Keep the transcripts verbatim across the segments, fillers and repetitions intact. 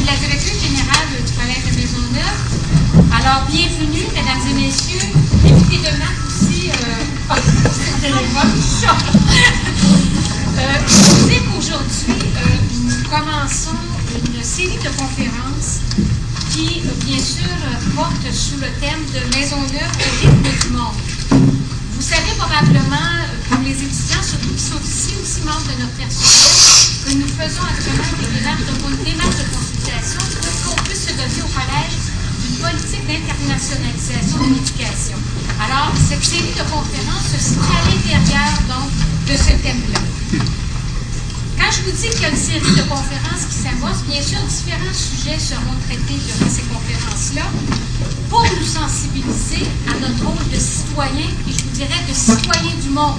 suis la directrice générale du Collège de Maisonneuve. Alors, bienvenue, mesdames et messieurs. Évitez de mettre aussi euh, euh, je vous dis qu'aujourd'hui, euh, nous commençons une série de conférences qui, bien sûr, porte sous le thème de Maisonneuve au rythme du monde. Vous savez probablement, pour les étudiants, surtout qui sont ici aussi membres de notre personnel, que nous faisons actuellement des démarches de, démarches de consultation pour qu'on puisse se donner au collège d'une politique d'internationalisation de l'éducation. Alors, cette série de conférences se situe à l'intérieur donc de ce thème-là. Quand je vous dis qu'il y a une série de conférences qui s'amorcent, bien sûr, différents sujets seront traités durant ces conférences-là pour nous sensibiliser à notre rôle de citoyen, et je vous dirais de citoyen du monde.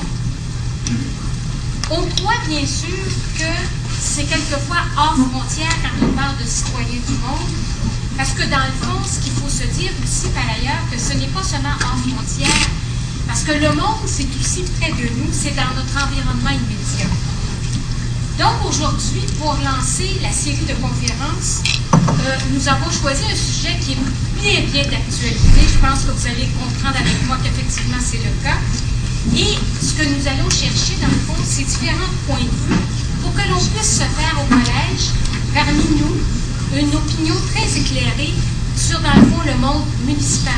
On croit bien sûr que c'est quelquefois hors frontière quand on parle de citoyen du monde, parce que dans le fond, ce qu'il faut se dire aussi par ailleurs, que ce n'est pas seulement hors frontière, parce que le monde, c'est aussi près de nous, c'est dans notre environnement immédiat. Donc aujourd'hui, pour lancer la série de conférences, euh, nous avons choisi un sujet qui est bien, bien d'actualité. Je pense que vous allez comprendre avec moi qu'effectivement c'est le cas. Et ce que nous allons chercher, dans le fond, c'est différents points de vue pour que l'on puisse se faire au collège, parmi nous, une opinion très éclairée sur, dans le fond, le monde municipal.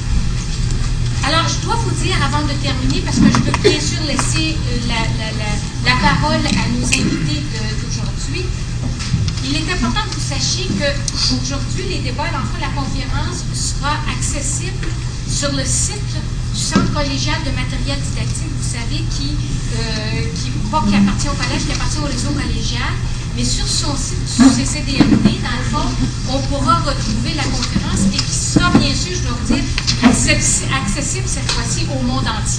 Alors, je dois vous dire, avant de terminer, parce que je veux bien sûr laisser euh, la, la, la, la parole à nos invités d'aujourd'hui, il est important que vous sachiez qu'aujourd'hui, les débats, dans le fond, la conférence sera accessible sur le site du Centre collégial de matériel didactique, vous savez, qui, euh, qui, pas qui appartient au collège, qui appartient au réseau collégial, mais sur son site du C C D M D, dans le fond, on pourra retrouver la conférence et qui sera, bien sûr, je dois vous dire, accessible cette fois-ci au monde entier.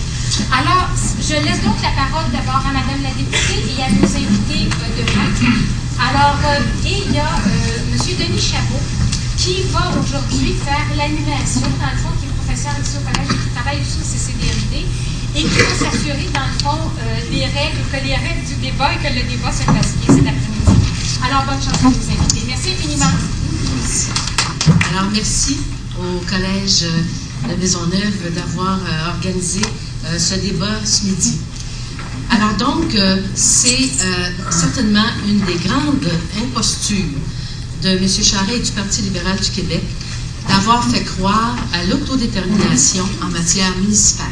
Alors, je laisse donc la parole d'abord à Madame la députée et à nos invités euh, demain. Alors, euh, et il y a euh, M. Denis Chabot qui va aujourd'hui faire l'animation, dans le fond, qui est professeur ici au collège et qui travaille aussi au C C D M D et qui va s'assurer, dans le fond, euh, des règles, que les règles du débat et que le débat se passe bien cet après-midi. Alors, bonne chance à nos invités. Merci infiniment. Merci. Alors, merci au Collège de Maisonneuve d'avoir euh, organisé euh, ce débat ce midi. Alors donc, euh, c'est euh, certainement une des grandes impostures de M. Charest et du Parti libéral du Québec d'avoir fait croire à l'autodétermination en matière municipale.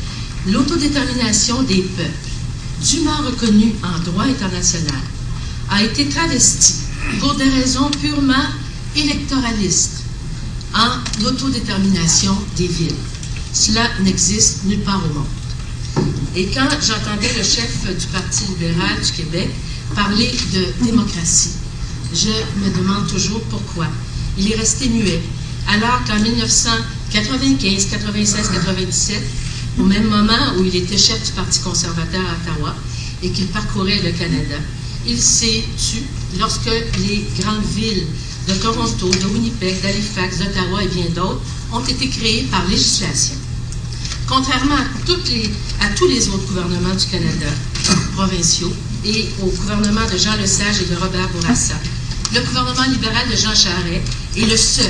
L'autodétermination des peuples, dûment reconnue en droit international, a été travestie pour des raisons purement électoralistes en l'autodétermination des villes. Cela n'existe nulle part au monde. Et quand j'entendais le chef du Parti libéral du Québec parler de démocratie, je me demande toujours pourquoi. Il est resté muet, alors qu'en mille neuf cent quatre-vingt-quinze, quatre-vingt-seize, quatre-vingt-dix-sept, au même moment où il était chef du Parti conservateur à Ottawa et qu'il parcourait le Canada, il s'est tu lorsque les grandes villes de Toronto, de Winnipeg, d'Halifax, d'Ottawa et bien d'autres ont été créées par législation. Contrairement à, toutes les, à tous les autres gouvernements du Canada, provinciaux, et au gouvernement de Jean Lesage et de Robert Bourassa, le gouvernement libéral de Jean Charest est le seul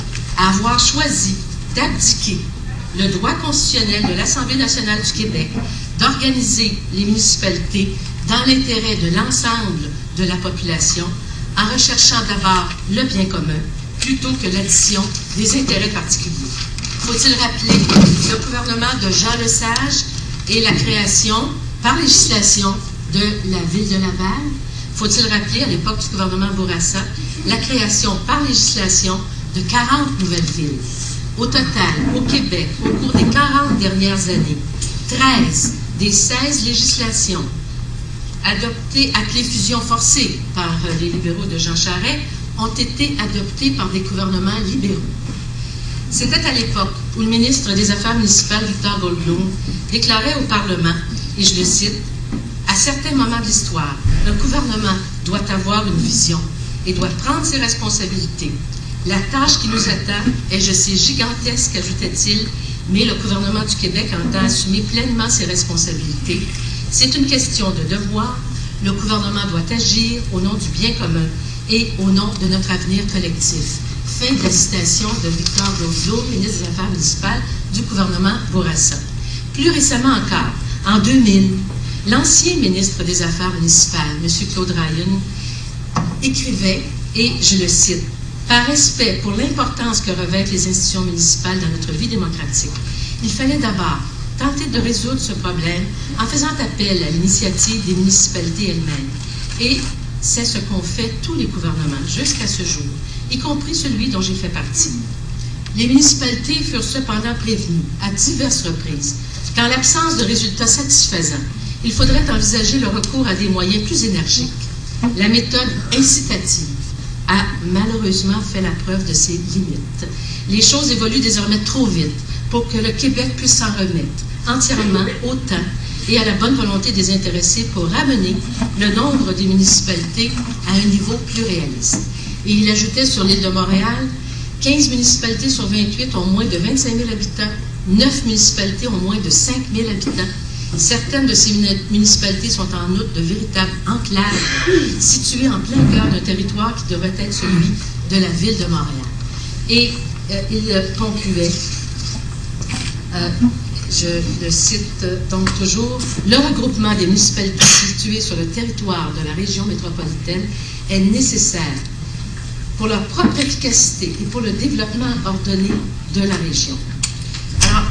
à avoir choisi d'abdiquer le droit constitutionnel de l'Assemblée nationale du Québec d'organiser les municipalités dans l'intérêt de l'ensemble de la population en recherchant d'abord le bien commun plutôt que l'addition des intérêts particuliers. Faut-il rappeler le gouvernement de Jean Lesage et la création par législation de la ville de Laval? Faut-il rappeler à l'époque du gouvernement Bourassa la création par législation de quarante nouvelles villes? Au total, au Québec, au cours des quarante dernières années, treize des seize législations adoptées, appelées fusion forcée par les libéraux de Jean Charest, ont été adoptées par des gouvernements libéraux. C'était à l'époque où le ministre des Affaires municipales, Victor Goldblum, déclarait au Parlement, et je le cite, « À certains moments de l'histoire, le gouvernement doit avoir une vision et doit prendre ses responsabilités. La tâche qui nous attend est, je sais, gigantesque, ajoutait-il, mais le gouvernement du Québec entend assumer pleinement ses responsabilités. C'est une question de devoir. Le gouvernement doit agir au nom du bien commun et au nom de notre avenir collectif. Fin de la citation de Victor Blum, ministre des Affaires municipales du gouvernement Bourassa. Plus récemment encore, en deux mille, l'ancien ministre des Affaires municipales, M. Claude Ryan, écrivait, et je le cite, « Par respect pour l'importance que revêtent les institutions municipales dans notre vie démocratique, il fallait d'abord tenter de résoudre ce problème en faisant appel à l'initiative des municipalités elles-mêmes. Et c'est ce qu'ont fait tous les gouvernements jusqu'à ce jour, y compris celui dont j'ai fait partie. Les municipalités furent cependant prévenues à diverses reprises qu'en l'absence de résultats satisfaisants, il faudrait envisager le recours à des moyens plus énergiques. La méthode incitative a malheureusement fait la preuve de ses limites. Les choses évoluent désormais trop vite pour que le Québec puisse s'en remettre entièrement au temps et à la bonne volonté des intéressés pour ramener le nombre des municipalités à un niveau plus réaliste. Et il ajoutait sur l'île de Montréal, quinze municipalités sur vingt-huit ont moins de vingt-cinq mille habitants, neuf municipalités ont moins de cinq mille habitants. Certaines de ces municipalités sont en outre de véritables enclaves situées en plein cœur d'un territoire qui devrait être celui de la ville de Montréal. Et euh, il concluait, euh, je le cite donc toujours, « Le regroupement des municipalités situées sur le territoire de la région métropolitaine est nécessaire pour leur propre efficacité et pour le développement ordonné de la région. » Alors,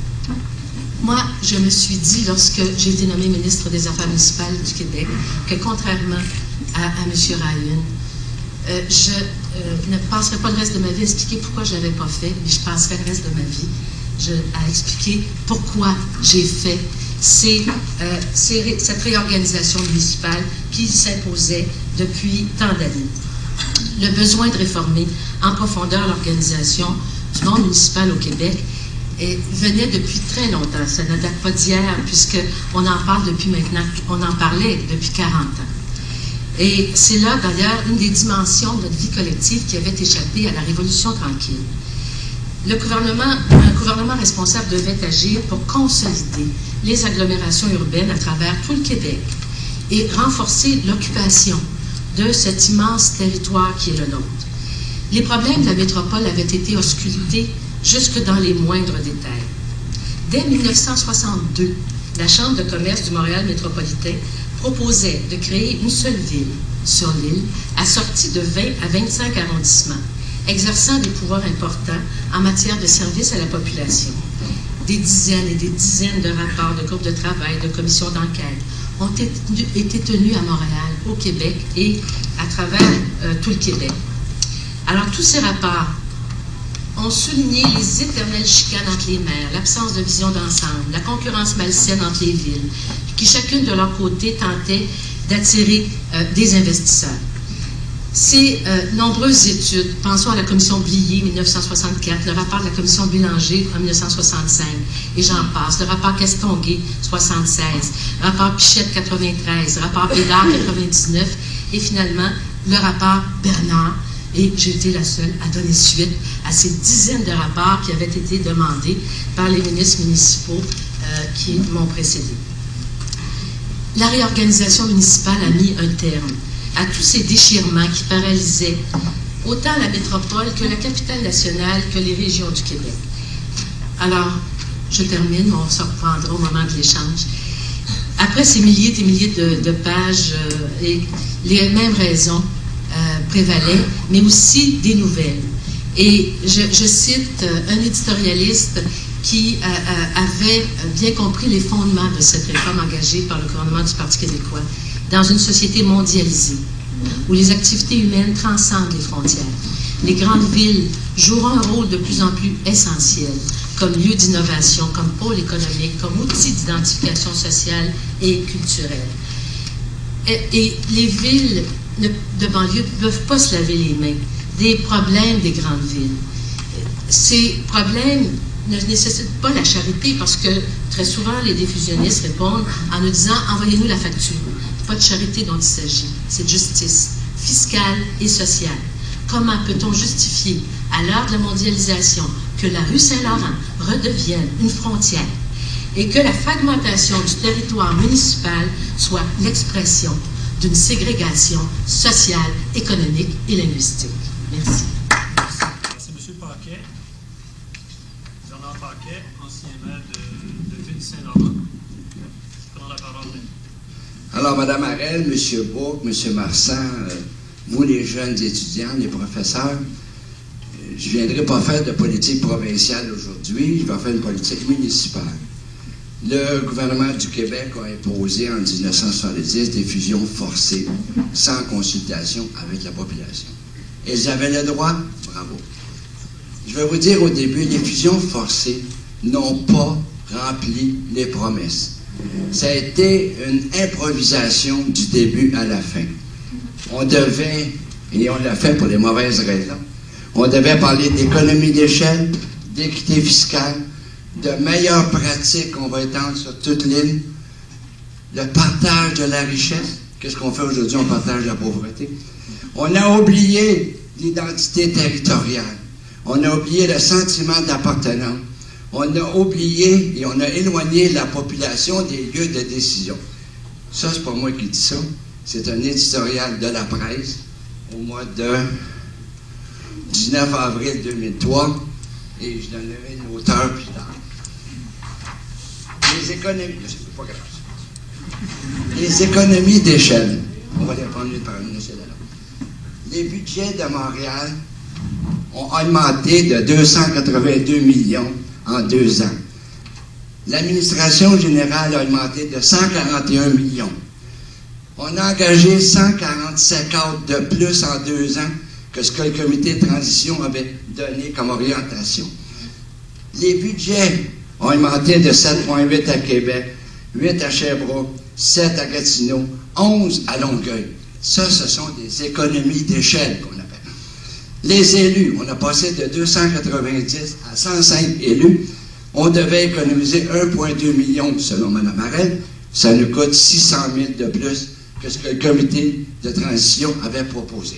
moi, je me suis dit, lorsque j'ai été nommé ministre des Affaires municipales du Québec, que contrairement à, à M. Ryan, euh, je euh, ne passerai pas le reste de ma vie à expliquer pourquoi je ne l'avais pas fait, mais je passerai le reste de ma vie je, à expliquer pourquoi j'ai fait ces, euh, ces, cette réorganisation municipale qui s'imposait depuis tant d'années. Le besoin de réformer en profondeur l'organisation du monde municipal au Québec et venait depuis très longtemps. Ça ne date pas d'hier, puisqu'on en parle depuis maintenant, on en parlait depuis quarante ans. Et c'est là, d'ailleurs, une des dimensions de notre vie collective qui avait échappé à la Révolution tranquille. Le gouvernement, un gouvernement responsable devait agir pour consolider les agglomérations urbaines à travers tout le Québec et renforcer l'occupation de cet immense territoire qui est le nôtre. Les problèmes de la métropole avaient été auscultés jusque dans les moindres détails. Dès mille neuf cent soixante-deux, la Chambre de commerce du Montréal métropolitain proposait de créer une seule ville sur l'île, assortie de vingt à vingt-cinq arrondissements, exerçant des pouvoirs importants en matière de services à la population. Des dizaines et des dizaines de rapports, de groupes de travail, de commissions d'enquête ont été tenus à Montréal, au Québec et à travers euh, tout le Québec. Alors, tous ces rapports ont souligné les éternelles chicanes entre les maires, l'absence de vision d'ensemble, la concurrence malsaine entre les villes, qui chacune de leur côté tentait d'attirer euh, des investisseurs. Ces euh, nombreuses études, pensons à la commission Blier, mille neuf cent soixante-quatre, le rapport de la commission Bélanger en mille neuf cent soixante-cinq, et j'en passe, le rapport Castonguay, soixante-seize, rapport Pichette, quatre-vingt-treize, rapport Bédard, quatre-vingt-dix-neuf, et finalement, le rapport Bernard, et j'ai été la seule à donner suite à ces dizaines de rapports qui avaient été demandés par les ministres municipaux euh, qui m'ont précédé. La réorganisation municipale a mis un terme à tous ces déchirements qui paralysaient autant la métropole que la capitale nationale que les régions du Québec. Alors, je termine, on se reprendra au moment de l'échange. Après ces milliers et des milliers de, de pages, euh, et les mêmes raisons euh, prévalaient, mais aussi des nouvelles. Et je, je cite euh, un éditorialiste qui euh, euh, avait bien compris les fondements de cette réforme engagée par le gouvernement du Parti québécois dans une société mondialisée, où les activités humaines transcendent les frontières. Les grandes villes joueront un rôle de plus en plus essentiel comme lieu d'innovation, comme pôle économique, comme outil d'identification sociale et culturelle. Et, et les villes de banlieue ne peuvent pas se laver les mains des problèmes des grandes villes. Ces problèmes ne nécessitent pas la charité parce que très souvent les diffusionnistes répondent en nous disant « envoyez-nous la facture ». Pas de charité dont il s'agit, c'est de justice fiscale et sociale. Comment peut-on justifier, à l'heure de la mondialisation, que la rue Saint-Laurent redevienne une frontière et que la fragmentation du territoire municipal soit l'expression d'une ségrégation sociale, économique et linguistique. Merci. Merci, M. Paquet. Bernard Paquet, ancien maire de, de Ville-Saint-Laurent. Je prends la parole. Alors, Mme Harel, M. Bourque, M. Marsan, euh, vous les jeunes étudiants, les professeurs, euh, je ne viendrai pas faire de politique provinciale aujourd'hui, je vais faire une politique municipale. Le gouvernement du Québec a imposé en mille neuf cent soixante-dix des fusions forcées, sans consultation avec la population. Ils avaient le droit? Bravo. Je vais vous dire au début, les fusions forcées n'ont pas rempli les promesses. Ça a été une improvisation du début à la fin. On devait, et on l'a fait pour les mauvaises raisons, on devait parler d'économie d'échelle, d'équité fiscale, de meilleures pratiques qu'on va étendre sur toute l'île, le partage de la richesse. Qu'est-ce qu'on fait aujourd'hui? On partage la pauvreté. On a oublié l'identité territoriale. On a oublié le sentiment d'appartenance. On a oublié et on a éloigné la population des lieux de décision. Ça, c'est pas moi qui dis ça. C'est un éditorial de la presse au mois de dix-neuf avril deux mille trois et je donnerai l'auteur plus tard. Les économies, c'est pas grave. Les économies d'échelle. On va les prendre une par une, c'est là. Les budgets de Montréal ont augmenté de deux cent quatre-vingt-deux millions en deux ans. L'administration générale a augmenté de cent quarante et un millions. On a engagé cent quarante-sept cadres de plus en deux ans que ce que le comité de transition avait donné comme orientation. Les budgets ont augmenté de sept virgule huit à Québec, huit à Sherbrooke, sept à Gatineau, onze à Longueuil. Ça, ce sont des économies d'échelle qu'on appelle. Les élus, on a passé de deux cent quatre-vingt-dix à cent cinq élus. On devait économiser un virgule deux million selon Mme Harel. Ça nous coûte six cent mille de plus que ce que le comité de transition avait proposé.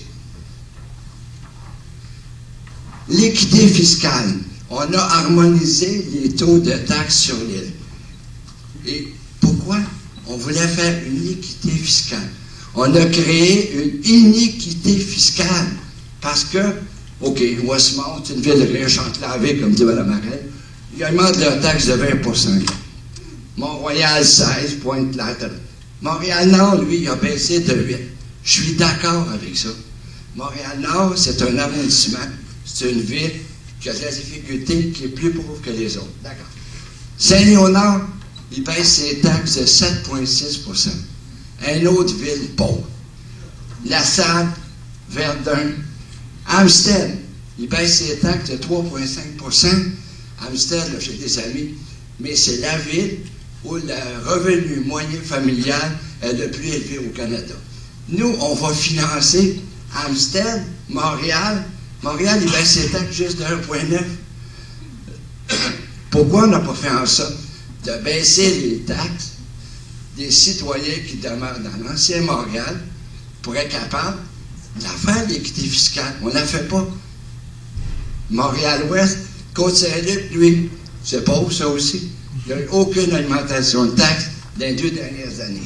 L'équité fiscale. On a harmonisé les taux de taxes sur l'île. Et pourquoi? On voulait faire une équité fiscale. On a créé une iniquité fiscale. Parce que, OK, Westmount, c'est une ville riche enclavée, comme dit Mme Harel, ils augmentent leur taxe de vingt pour cent. Mont-Royal, seize, Pointe-Claire. Montréal-Nord, lui, il a baissé de huit. Je suis d'accord avec ça. Montréal-Nord, c'est un arrondissement. C'est une ville qui a de la difficulté, qui est plus pauvre que les autres. D'accord. Saint-Léonard, il baisse ses taxes de sept virgule six pour cent. Une autre ville pauvre. La Salle, Verdun, Amstel, il baisse ses taxes de trois virgule cinq pour cent. Amstel, là, j'ai des amis, mais c'est la ville où le revenu moyen familial est le plus élevé au Canada. Nous, on va financer Amstel, Montréal. Montréal, il baisse ses taxes juste de un virgule neuf. Pourquoi on n'a pas fait en sorte de baisser les taxes des citoyens qui demeurent dans l'ancien Montréal pour être capable de la faire, l'équité fiscale? On ne la fait pas. Montréal-Ouest, Côte-Saint-Luc, lui, c'est pauvre, ça aussi. Il n'y a eu aucune augmentation de taxes dans les deux dernières années.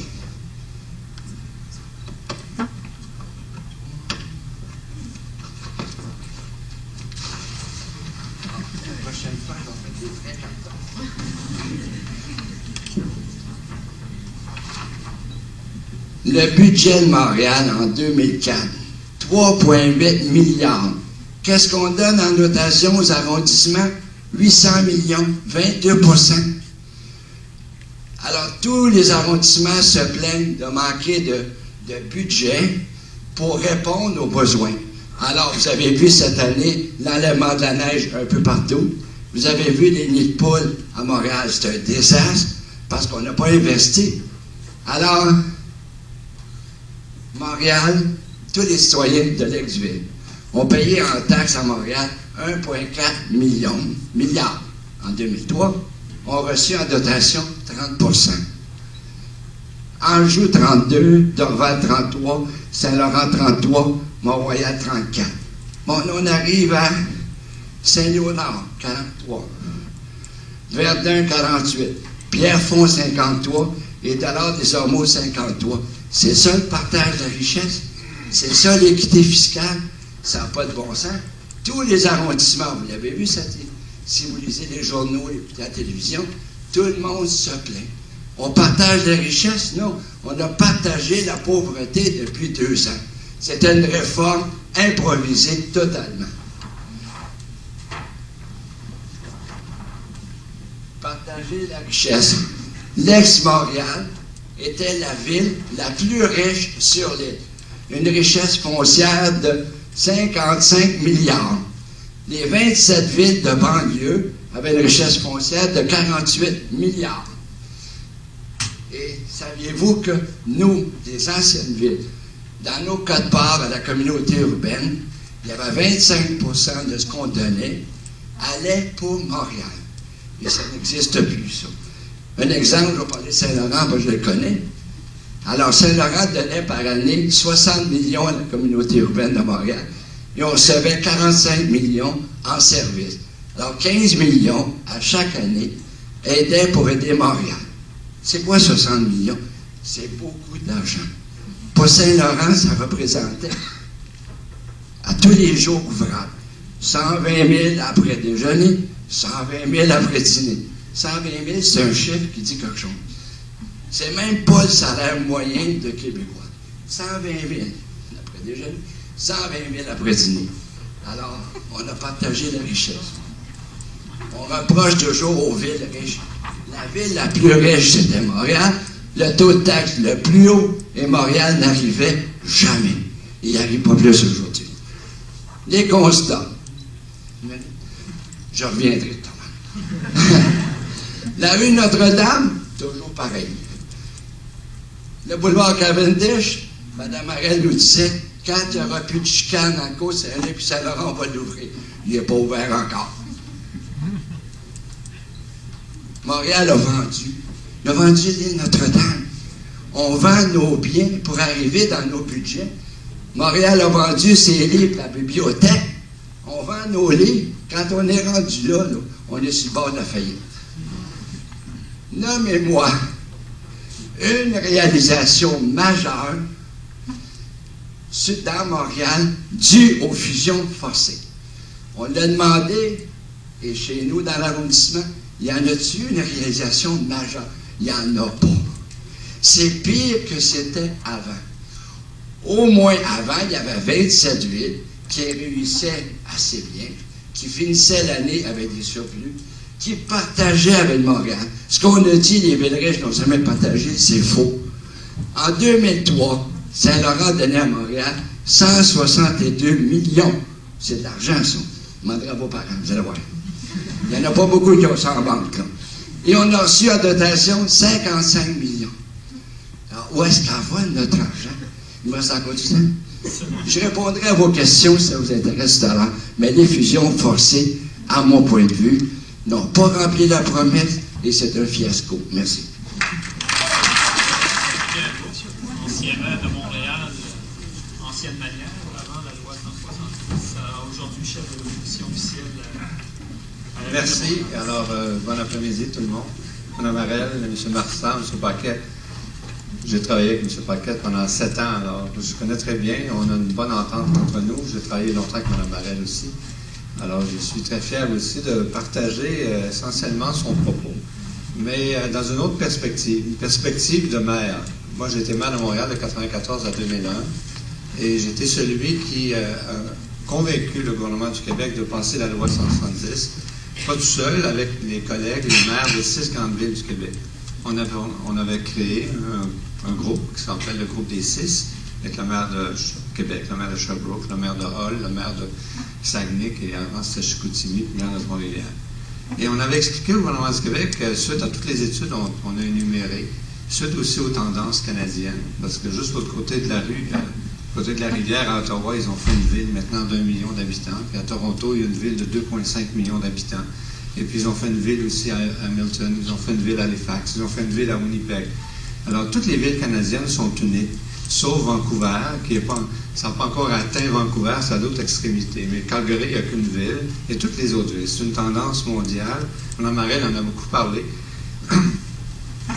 Le budget de Montréal en deux mille quatre, trois virgule huit milliards. Qu'est-ce qu'on donne en notation aux arrondissements? huit cents millions, vingt-deux pour cent. Alors, tous les arrondissements se plaignent de manquer de, de budget pour répondre aux besoins. Alors, vous avez vu cette année l'enlèvement de la neige un peu partout. Vous avez vu les nids de poules à Montréal. C'est un désastre parce qu'on n'a pas investi. Alors, Montréal, tous les citoyens de l'ex-ville ont payé en taxes à Montréal un virgule quatre million, milliards en deux mille trois, ont reçu en dotation trente pour cent. Anjou trente-deux, Dorval trente-trois, Saint-Laurent trente-trois, Mont-Royal trente-quatre. Bon, on arrive à Saint-Léonard, quarante-trois, Verdun quarante-huit, Pierrefonds cinquante-trois et Dollard des Ormeaux cinquante-trois. C'est ça le partage de la richesse? C'est ça l'équité fiscale? Ça n'a pas de bon sens. Tous les arrondissements, vous l'avez vu, ça, si vous lisez les journaux, écoutez la télévision, tout le monde se plaint. On partage la richesse? Non. On a partagé la pauvreté depuis deux ans. C'était une réforme improvisée totalement. Partager la richesse. L'ex-Montréal était la ville la plus riche sur l'île. Une richesse foncière de cinquante-cinq milliards. Les vingt-sept villes de banlieue avaient une richesse foncière de quarante-huit milliards. Et saviez-vous que nous, des anciennes villes, dans nos codes-parts à la communauté urbaine, il y avait vingt-cinq pour cent de ce qu'on donnait allait pour Montréal. Et ça n'existe plus, ça. Un exemple, je vais parler de Saint-Laurent, parce que je le connais. Alors, Saint-Laurent donnait par année soixante millions à la communauté urbaine de Montréal. Et on recevait quarante-cinq millions en service. Alors, quinze millions à chaque année aidaient pour aider Montréal. C'est quoi soixante millions? C'est beaucoup d'argent. Pour Saint-Laurent, ça représentait à tous les jours ouvrables cent vingt mille après déjeuner, cent vingt mille après dîner. cent vingt mille, c'est un chiffre qui dit quelque chose. C'est même pas le salaire moyen de Québécois. cent vingt mille après déjeuner, cent vingt mille après dîner. Alors, on a partagé la richesse. On reproche toujours aux villes riches. La ville la plus riche, c'était Montréal. Le taux de taxe le plus haut, et Montréal n'arrivait jamais. Il n'y arrive pas plus aujourd'hui. Les constats. Je reviendrai, Thomas. La rue Notre-Dame, toujours pareil. Le boulevard Cavendish, Mme Arel nous disait, quand il n'y aura plus de chicane en Côte-Saint-Laurent puis Saint-Laurent, on va l'ouvrir. Il n'est pas ouvert encore. Montréal a vendu. Il a vendu l'île Notre-Dame. On vend nos biens pour arriver dans nos budgets. Montréal a vendu ses livres à la bibliothèque. On vend nos livres. Quand on est rendu là, là on est sur le bord de la faillite. Nommez-moi une réalisation majeure dans Montréal due aux fusions forcées. On l'a demandé, et chez nous, dans l'arrondissement, il y en a-t-il une réalisation majeure? Il n'y en a pas. C'est pire que c'était avant. Au moins avant, il y avait vingt-sept villes qui réussissaient assez bien, qui finissaient l'année avec des surplus, qui partageaient avec Montréal. Ce qu'on a dit, les villes riches n'ont jamais partagé, c'est faux. En deux mille trois, Saint-Laurent donnait à Montréal cent soixante-deux millions. C'est de l'argent, ça. Demandez à vos parents, vous allez voir. Il n'y en a pas beaucoup qui ont ça en banque, là. Et on a reçu en dotation cinquante-cinq millions. Alors, où est-ce qu'on va notre argent? Il me reste encore du temps. Je répondrai à vos questions si ça vous intéresse tout à l'heure. Mais les fusions forcées, à mon point de vue, n'ont pas rempli la promesse et c'est un fiasco. Merci. Ancien maire de Montréal, ancienne manière, avant la loi cent soixante-dix, aujourd'hui chef de l'opposition officielle. Merci. Alors, euh, bon après-midi tout le monde. Mme Arel, M. Marsan, M. Paquet. J'ai travaillé avec M. Paquet pendant sept ans, alors je connais très bien. On a une bonne entente entre nous. J'ai travaillé longtemps avec Mme Arel aussi. Alors, je suis très fier aussi de partager euh, essentiellement son propos, mais euh, dans une autre perspective, une perspective de maire. Moi, j'ai été maire de Montréal de mille neuf cent quatre-vingt-quatorze à deux mille un, et j'étais celui qui euh, a convaincu le gouvernement du Québec de passer la loi cent soixante-dix. Pas tout seul, avec les collègues, les maires de six grandes villes du Québec. On avait, on avait créé un, un groupe qui s'appelle le groupe des six, avec le maire de Québec, le maire de Sherbrooke, le maire de Hull, le maire de Saguenay, et avant c'était Chicoutimi, puis le maire de Trois-Rivières. Et on avait expliqué au gouvernement du Québec, euh, suite à toutes les études qu'on a énumérées, suite aussi aux tendances canadiennes, parce que juste l'autre côté de la rue, euh, côté de la rivière, à Ottawa, ils ont fait une ville maintenant d'un million d'habitants. Puis à Toronto, il y a une ville de deux virgule cinq millions d'habitants. Et puis ils ont fait une ville aussi à Hamilton, ils ont fait une ville à Halifax, ils ont fait une ville à Winnipeg. Alors toutes les villes canadiennes sont unies, sauf Vancouver, qui est pas, ça n'a pas encore atteint Vancouver, c'est à l'autre extrémité. Mais Calgary, il n'y a qu'une ville, et toutes les autres villes. C'est une tendance mondiale. Mme Arel en a beaucoup parlé.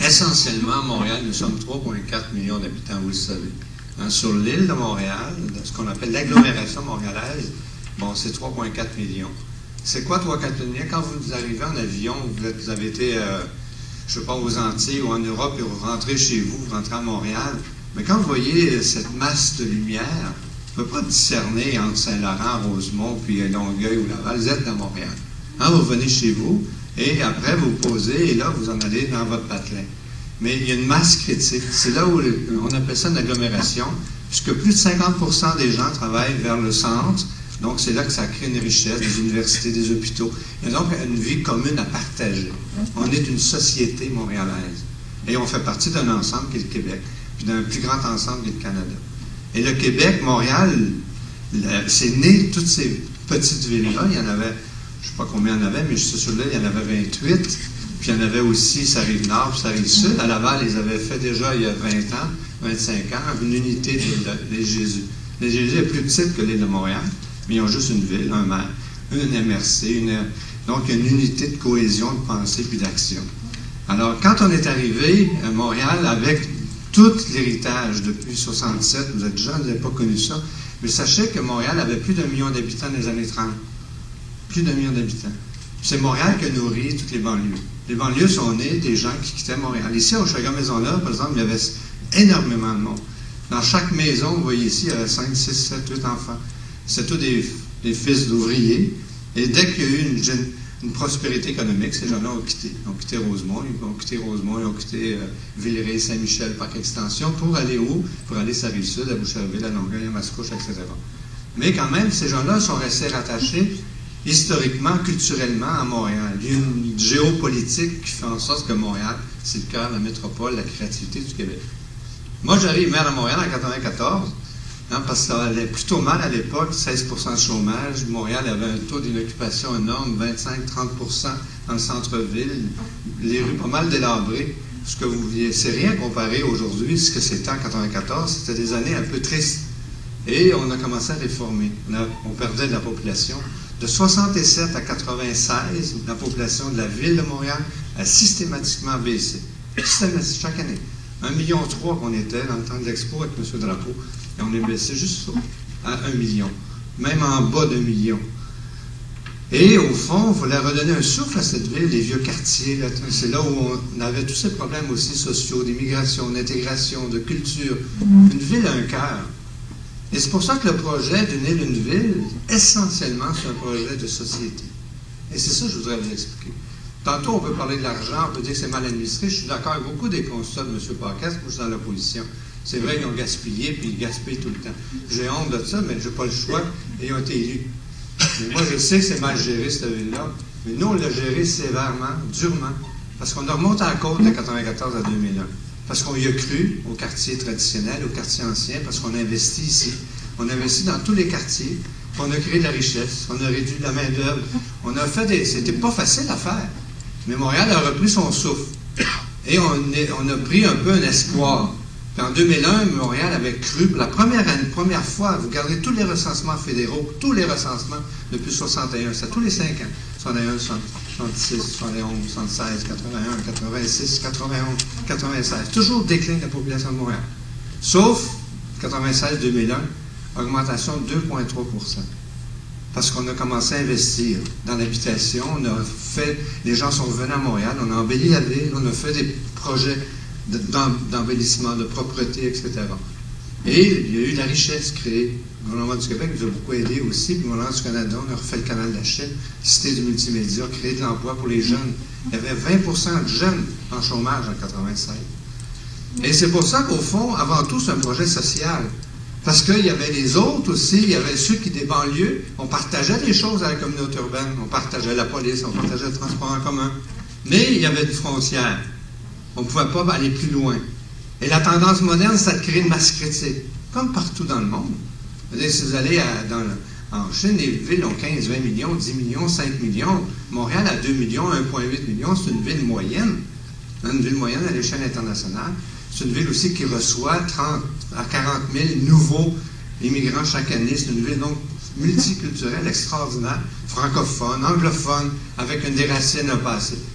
Essentiellement, à Montréal, nous sommes trois virgule quatre millions d'habitants, vous le savez. Hein, sur l'île de Montréal, ce qu'on appelle l'agglomération montréalaise, bon, c'est trois virgule quatre millions. C'est quoi trois virgule quatre millions? Quand vous arrivez en avion, vous, êtes, vous avez été, euh, je ne sais pas, aux Antilles ou en Europe, et vous rentrez chez vous, vous rentrez à Montréal, mais quand vous voyez cette masse de lumière, vous ne pouvez pas discerner entre Saint-Laurent, Rosemont, puis Longueuil ou Laval, vous êtes dans Montréal. Hein, vous venez chez vous, et après, vous vous posez, et là, vous en allez dans votre patelin. Mais il y a une masse critique. C'est là où on appelle ça une agglomération, puisque plus de cinquante pour cent des gens travaillent vers le centre. Donc, c'est là que ça crée une richesse, des universités, des hôpitaux. Il y a donc une vie commune à partager. On est une société montréalaise. Et on fait partie d'un ensemble qui est le Québec, puis d'un plus grand ensemble qui est le Canada. Et le Québec, Montréal, c'est né toutes ces petites villes-là. Il y en avait, je ne sais pas combien il y en avait, mais je suis sûr là, il y en avait vingt-huit. Puis il y en avait aussi, ça arrive nord, puis ça arrive sud. À Laval, ils avaient fait déjà il y a vingt ans, vingt-cinq ans, une unité de l'île Jésus. L'île Jésus est plus petite que l'île de Montréal, mais ils ont juste une ville, un maire, une M R C, une, donc une unité de cohésion, de pensée puis d'action. Alors, quand on est arrivé à Montréal avec tout l'héritage depuis soixante-sept, vous êtes jeunes, vous n'avez pas connu ça, mais sachez que Montréal avait plus d'un million d'habitants dans les années trente. Plus d'un million d'habitants. C'est Montréal qui a nourri toutes les banlieues. Les banlieues sont nées des gens qui quittaient Montréal. Ici, à Hochelaga-Maisonneuve, par exemple, il y avait énormément de monde. Dans chaque maison, vous voyez ici, il y avait cinq, six, sept, huit enfants. C'était tous des, des fils d'ouvriers. Et dès qu'il y a eu une, une prospérité économique, ces gens-là ont quitté. Ils ont quitté Rosemont, ils ont quitté Rosemont, ils ont quitté euh, Villeray, Saint-Michel, par extension, pour aller où? Pour aller sur la Rive-Sud, à Boucherville, à Longueuil, à Mascouche, et cetera. Mais quand même, ces gens-là sont restés rattachés historiquement, culturellement, à Montréal. Il y a une géopolitique qui fait en sorte que Montréal, c'est le cœur de la métropole, la créativité du Québec. Moi, j'arrive maire à Montréal en mille neuf cent quatre-vingt-quatorze, hein, parce que ça allait plutôt mal à l'époque, seize pour cent de chômage. Montréal avait un taux d'inoccupation énorme, vingt-cinq à trente pour cent dans le centre-ville, les rues pas mal délabrées. Ce que vous voyez, c'est rien comparé aujourd'hui, ce que c'était en mille neuf cent quatre-vingt-quatorze, c'était des années un peu tristes. Et on a commencé à réformer. On, a, on perdait de la population. De soixante-sept à quatre-vingt-seize, la population de la ville de Montréal a systématiquement baissé. Systématiquement, chaque année. un virgule trois million qu'on était dans le temps de l'expo avec M. Drapeau. Et on est baissé juste ça, à un million. Même en bas d'un million. Et au fond, il fallait redonner un souffle à cette ville, les vieux quartiers. C'est là où on avait tous ces problèmes aussi sociaux, d'immigration, d'intégration, de culture. Une ville a un cœur. Et c'est pour ça que le projet d'une île, une ville, essentiellement, c'est un projet de société. Et c'est ça que je voudrais vous expliquer. Tantôt, on peut parler de l'argent, on peut dire que c'est mal administré. Je suis d'accord avec beaucoup des constats de M. Paquette, moi je suis dans l'opposition. C'est vrai qu'ils ont gaspillé, puis ils gaspillent tout le temps. J'ai honte de ça, mais je n'ai pas le choix, et ils ont été élus. Mais moi, je sais que c'est mal géré, cette ville-là, mais nous, on l'a géré sévèrement, durement, parce qu'on a remonté à la côte de mille neuf cent quatre-vingt-quatorze à deux mille un. Parce qu'on y a cru, au quartier traditionnel, au quartier ancien, parce qu'on a investi ici. On a investi dans tous les quartiers, puis on a créé de la richesse, on a réduit la main-d'œuvre, on a fait des... C'était pas facile à faire, mais Montréal a repris son souffle. Et on, est, on a pris un peu un espoir. Puis en deux mille un, Montréal avait cru, pour la première année, première fois, vous regardez tous les recensements fédéraux, tous les recensements depuis soixante et un, c'est tous les cinq ans. soixante et un, soixante-six, soixante et onze, soixante-seize, quatre-vingt-un, quatre-vingt-six, quatre-vingt-onze, quatre-vingt-seize. Toujours déclin de la population de Montréal. Sauf quatre-vingt-seize deux mille un, augmentation de deux virgule trois pour cent. Parce qu'on a commencé à investir dans l'habitation, on a fait, les gens sont revenus à Montréal, on a embelli la ville, on a fait des projets d'embellissement, de propreté, et cetera. Et il y a eu de la richesse créée. Le gouvernement du Québec nous a beaucoup aidé aussi, puis le gouvernement du Canada, on a refait le canal de la Chine, cité du multimédia, créé de l'emploi pour les jeunes. Il y avait vingt pour cent de jeunes en chômage en quatre-vingt-seize. Et c'est pour ça qu'au fond, avant tout, c'est un projet social. Parce qu'il y avait les autres aussi, il y avait ceux qui, des banlieues, on partageait des choses à la communauté urbaine, on partageait la police, on partageait le transport en commun. Mais il y avait une frontière. On ne pouvait pas aller plus loin. Et la tendance moderne, c'est de créer une masse critique, comme partout dans le monde. C'est-à-dire, si vous allez à, dans le, en Chine, les villes ont quinze, vingt millions, dix millions, cinq millions. Montréal a deux millions, un virgule huit millions, c'est une ville moyenne. Une ville moyenne à l'échelle internationale. C'est une ville aussi qui reçoit trente à quarante mille nouveaux immigrants chaque année. C'est une ville donc multiculturelle, extraordinaire, francophone, anglophone, avec une des racines à passer.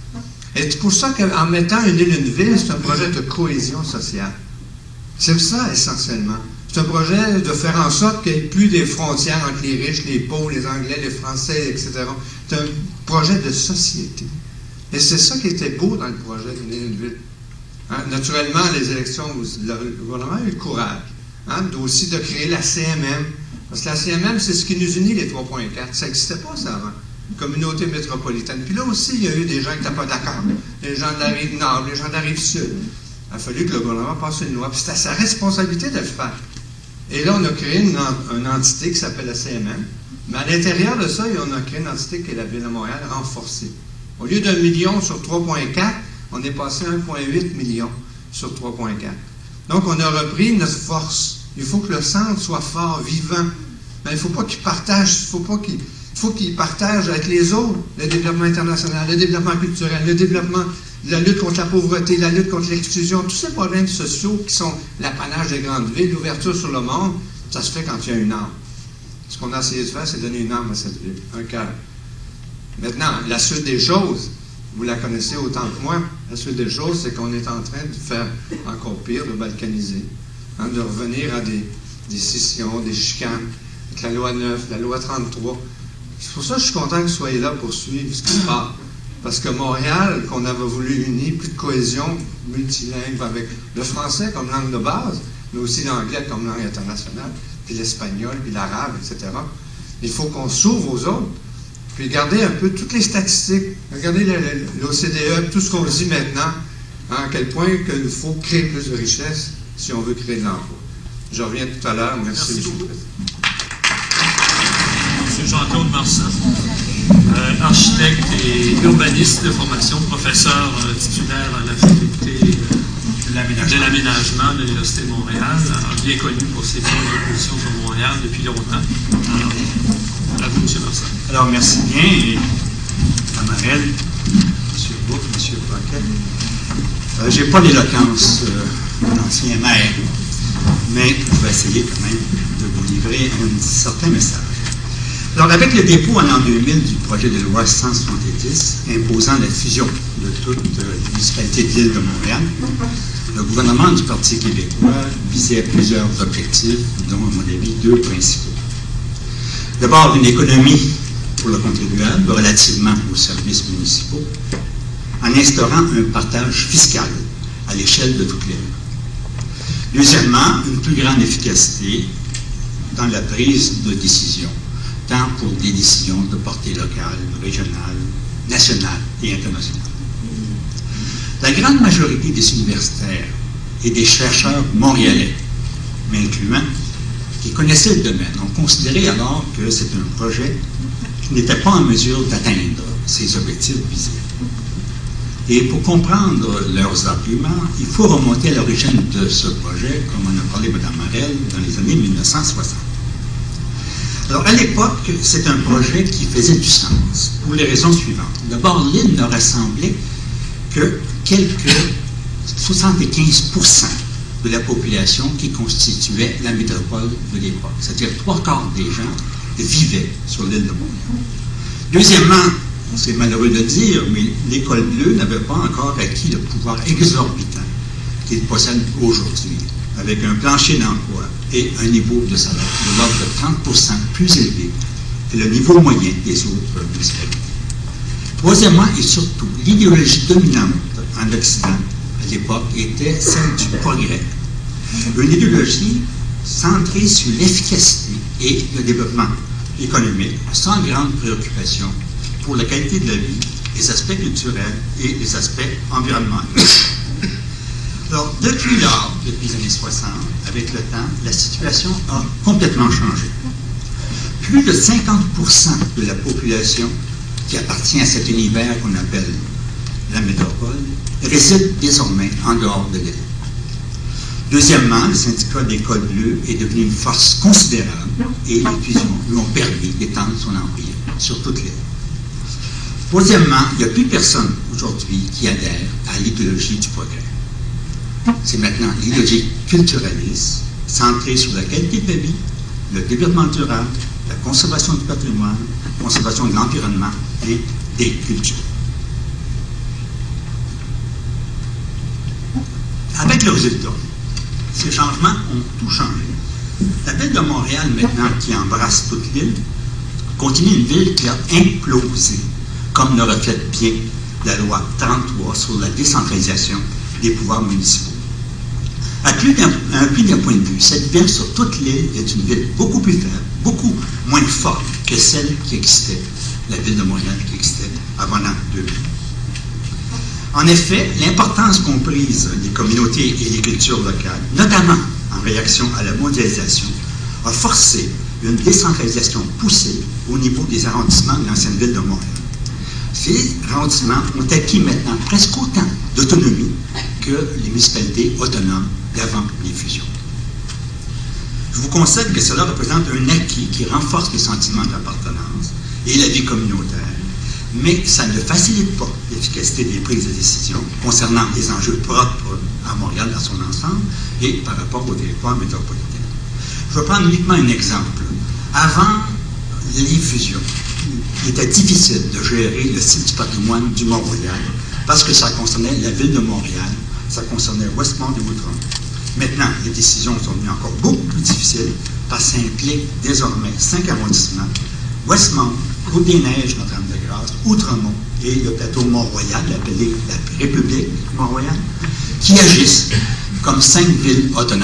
Et c'est pour ça qu'en mettant une île, une ville, c'est un projet de cohésion sociale. C'est ça, essentiellement. C'est un projet de faire en sorte qu'il n'y ait plus des frontières entre les riches, les pauvres, les Anglais, les Français, et cetera. C'est un projet de société. Et c'est ça qui était beau dans le projet d'une île, une ville. Hein? Naturellement, les élections, le gouvernement a eu le courage hein, aussi de créer la C M M. Parce que la C M M, c'est ce qui nous unit, les trois point quatre. Ça n'existait pas, ça, avant. Communauté métropolitaine. Puis là aussi, il y a eu des gens qui n'étaient pas d'accord. Les gens de la rive nord, les gens de la rive sud. Il a fallu que le gouvernement passe une loi. Puis c'était sa responsabilité de le faire. Et là, on a créé une, une entité qui s'appelle la C M M. Mais à l'intérieur de ça, on a créé une entité qui est la Ville de Montréal renforcée. Au lieu d'un million sur trois point quatre, on est passé à un virgule huit million sur trois point quatre. Donc, on a repris notre force. Il faut que le centre soit fort, vivant. Mais il ne faut pas qu'il partage, il faut pas qu'il faut qu'il partage avec les autres le développement international, le développement culturel, le développement, la lutte contre la pauvreté, la lutte contre l'exclusion, tous ces problèmes sociaux qui sont l'apanage des grandes villes, l'ouverture sur le monde, ça se fait quand il y a une âme. Ce qu'on a essayé de faire, c'est donner une âme à cette ville, un cœur. Maintenant, la suite des choses, vous la connaissez autant que moi, la suite des choses, c'est qu'on est en train de faire encore pire, de balkaniser, hein, de revenir à des, des scissions, des chicanes, avec la loi neuf, la loi trente-trois. C'est pour ça que je suis content que vous soyez là pour suivre ce qui se passe. Parce que Montréal, qu'on avait voulu unir, plus de cohésion multilingue avec le français comme langue de base, mais aussi l'anglais comme langue internationale, puis l'espagnol, puis l'arabe, et cetera. Il faut qu'on s'ouvre aux autres. Puis regardez un peu toutes les statistiques. Regardez l'O C D E, tout ce qu'on dit maintenant, hein, à quel point il faut créer plus de richesses si on veut créer de l'emploi. Je reviens tout à l'heure. Merci, Merci beaucoup. M. Jean-Claude Marsan, euh, architecte et urbaniste de formation, professeur euh, titulaire à la faculté euh, de l'aménagement de l'Université de Montréal, alors, bien connu pour ses plans d'opposition sur Montréal depuis longtemps. Alors, à vous, M. Marsan. Alors, merci bien, et Amarel, M. Bourg, M. Paquet. Euh, Je n'ai pas l'éloquence euh, d'un ancien maire, mais je vais essayer quand même de vous livrer un certain message. Alors, avec le dépôt en l'an deux mille du projet de loi cent soixante-dix imposant la fusion de toutes les municipalités de l'île de Montréal, le gouvernement du Parti québécois visait plusieurs objectifs, dont, à mon avis, deux principaux. D'abord, une économie pour le contribuable relativement aux services municipaux, en instaurant un partage fiscal à l'échelle de toute l'île. Deuxièmement, une plus grande efficacité dans la prise de décision, tant pour des décisions de portée locale, régionale, nationale et internationale. La grande majorité des universitaires et des chercheurs montréalais, m'incluant, qui connaissaient le domaine, ont considéré alors que c'est un projet qui n'était pas en mesure d'atteindre ces objectifs visés. Et pour comprendre leurs arguments, il faut remonter à l'origine de ce projet, comme en a parlé Mme Morel, dans les années mille neuf cent soixante. Alors, à l'époque, c'est un projet qui faisait du sens, pour les raisons suivantes. D'abord, l'île ne rassemblait que quelques soixante-quinze pour cent de la population qui constituait la métropole de l'époque. C'est-à-dire trois quarts des gens vivaient sur l'île de Montréal. Deuxièmement, c'est malheureux de le dire, mais l'École bleue n'avait pas encore acquis le pouvoir exorbitant qu'il possède aujourd'hui, avec un plancher d'emploi et un niveau de salaire de l'ordre de trente pour cent plus élevé que le niveau moyen des autres municipalités. Troisièmement, et surtout, l'idéologie dominante en Occident à l'époque était celle du progrès. Une idéologie centrée sur l'efficacité et le développement économique, sans grande préoccupation pour la qualité de la vie, les aspects culturels et les aspects environnementaux. Alors, depuis lors, depuis les années soixante, avec le temps, la situation a complètement changé. Plus de cinquante pour cent de la population qui appartient à cet univers qu'on appelle la métropole réside désormais en dehors de l'île. Deuxièmement, le syndicat d'École bleue est devenu une force considérable et les fusions lui ont permis d'étendre son empire sur toute l'île. Troisièmement, il n'y a plus personne aujourd'hui qui adhère à l'idéologie du progrès. C'est maintenant l'idéologie culturaliste, centrée sur la qualité de la vie, le développement durable, la conservation du patrimoine, la conservation de l'environnement et des cultures. Avec le résultat, ces changements ont tout changé. La ville de Montréal, maintenant, qui embrasse toute l'île, continue une ville qui a implosé, comme le reflète bien la loi trente-trois sur la décentralisation des pouvoirs municipaux. À plus d'un, un plus d'un point de vue, cette ville sur toute l'île est une ville beaucoup plus faible, beaucoup moins forte que celle qui existait, la ville de Montréal qui existait avant l'an deux mille. En effet, l'importance comprise des communautés et des cultures locales, notamment en réaction à la mondialisation, a forcé une décentralisation poussée au niveau des arrondissements de l'ancienne ville de Montréal. Ces arrondissements ont acquis maintenant presque autant d'autonomie que les municipalités autonomes d'avant les fusions. Je vous concède que cela représente un acquis qui renforce les sentiments d'appartenance et la vie communautaire, mais ça ne facilite pas l'efficacité des prises de décision concernant les enjeux propres à Montréal dans son ensemble et par rapport au territoire métropolitain. Je vais prendre uniquement un exemple. Avant les fusions, il était difficile de gérer le site du patrimoine du Mont-Royal parce que ça concernait la ville de Montréal, ça concernait Westmount et Outremont. Maintenant, les décisions sont devenues encore beaucoup plus difficiles parce que ça implique désormais cinq arrondissements, Westmount, Côte-des-Neiges, Notre-Dame-de-Grâce, Outremont et le plateau Mont-Royal, appelé la République Mont-Royal, qui agissent comme cinq villes autonomes.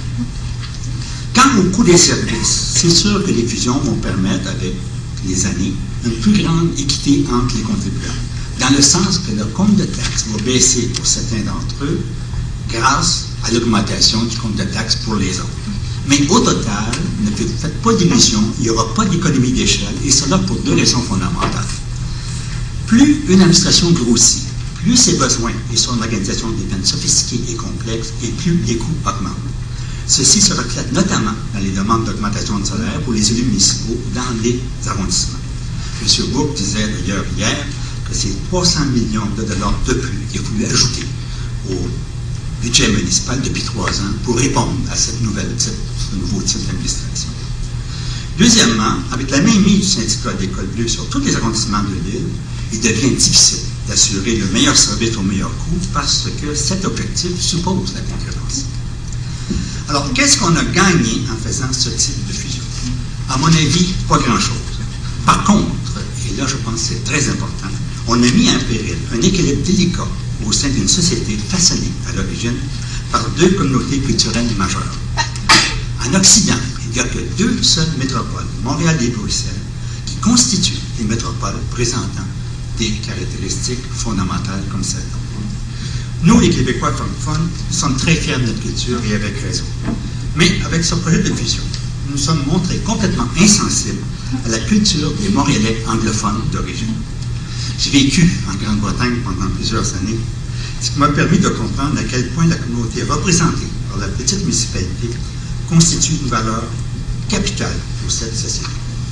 Quant au coût des services, c'est sûr que les fusions vont permettre, avec les années, une plus grande équité entre les contribuables, dans le sens que le compte de taxes va baisser pour certains d'entre eux grâce à l'augmentation du compte de taxes pour les autres. Mais au total, ne faites pas d'illusion, il n'y aura pas d'économie d'échelle, et cela pour deux raisons fondamentales. Plus une administration grossit, plus ses besoins et son organisation deviennent sophistiqués et complexes, et plus les coûts augmentent. Ceci se reflète notamment dans les demandes d'augmentation de salaire pour les élus municipaux dans les arrondissements. M. Bourque disait d'ailleurs hier que c'est trois cents millions de dollars de plus qu'il a fallu ajouter au budget municipal depuis trois ans pour répondre à cette nouvelle type, ce nouveau type d'administration. Deuxièmement, avec la mainmise du syndicat d'École Bleue sur tous les arrondissements de l'île, il devient difficile d'assurer le meilleur service au meilleur coût parce que cet objectif suppose la concurrence. Alors, qu'est-ce qu'on a gagné en faisant ce type de fusion? À mon avis, pas grand-chose. Par contre, et là je pense que c'est très important, on a mis en péril un équilibre délicat au sein d'une société façonnée à l'origine par deux communautés culturelles majeures. En Occident, il n'y a que deux seules métropoles, Montréal et Bruxelles, qui constituent des métropoles présentant des caractéristiques fondamentales comme celle-là. Nous, les Québécois francophones, sommes très fiers de notre culture et avec raison. Mais avec ce projet de fusion, nous nous sommes montrés complètement insensibles à la culture des Montréalais anglophones d'origine. J'ai vécu en Grande-Bretagne pendant plusieurs années, ce qui m'a permis de comprendre à quel point la communauté représentée par la petite municipalité constitue une valeur capitale pour cette société.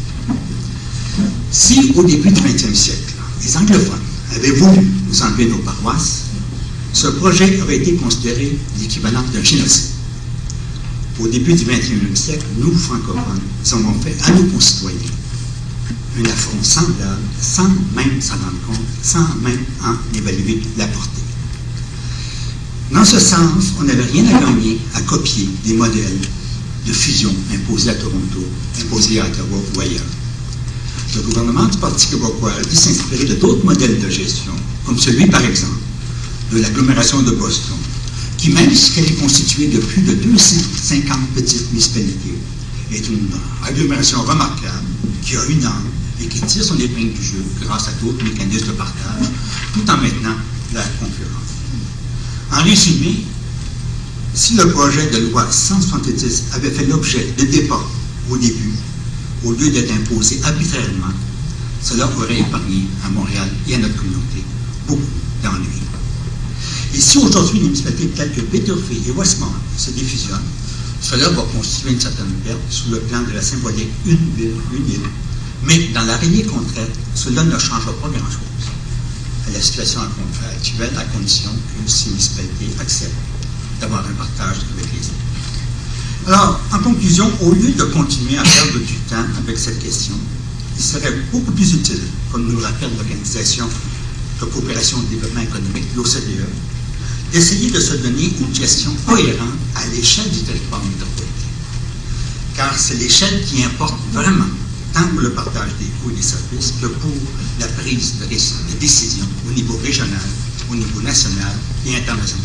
Si, au début du vingtième siècle, les anglophones avaient voulu nous enlever nos paroisses, ce projet aurait été considéré l'équivalent d'un génocide. Au début du vingt et unième siècle, nous, francophones, nous avons fait à nos concitoyens un affront semblable, sans même s'en rendre compte, sans même en évaluer la portée. Dans ce sens, on n'avait rien à gagner à copier des modèles de fusion imposés à Toronto, imposés à Ottawa ou ailleurs. Le gouvernement du Parti québécois a dû s'inspirer de d'autres modèles de gestion, comme celui, par exemple, de l'agglomération de Boston, qui, même si elle est constituée de plus de deux cent cinquante petites municipalités, est une agglomération remarquable, qui a une âme et qui tire son épingle du jeu grâce à d'autres mécanismes de partage, tout en maintenant la concurrence. En résumé, si le projet de loi cent soixante-dix avait fait l'objet de débats au début, au lieu d'être imposé arbitrairement, cela aurait épargné à Montréal et à notre communauté beaucoup d'ennuis. Et si aujourd'hui les municipalités telles que Béthurfé et Westmount se défusionnent, cela va constituer une certaine perte sous le plan de la symbolique une ville, une île. Mais dans la réalité concrète, cela ne changera pas grand-chose à la situation actuelle, à condition que ces municipalités acceptent d'avoir un partage avec les autres. Alors, en conclusion, au lieu de continuer à perdre du temps avec cette question, il serait beaucoup plus utile, comme nous le rappelle l'Organisation de coopération et de développement économique, l'O C D E, d'essayer de se donner une gestion cohérente à l'échelle du territoire métropolitain. Car c'est l'échelle qui importe vraiment, tant pour le partage des coûts et des services que pour la prise de, de décision au niveau régional, au niveau national et international.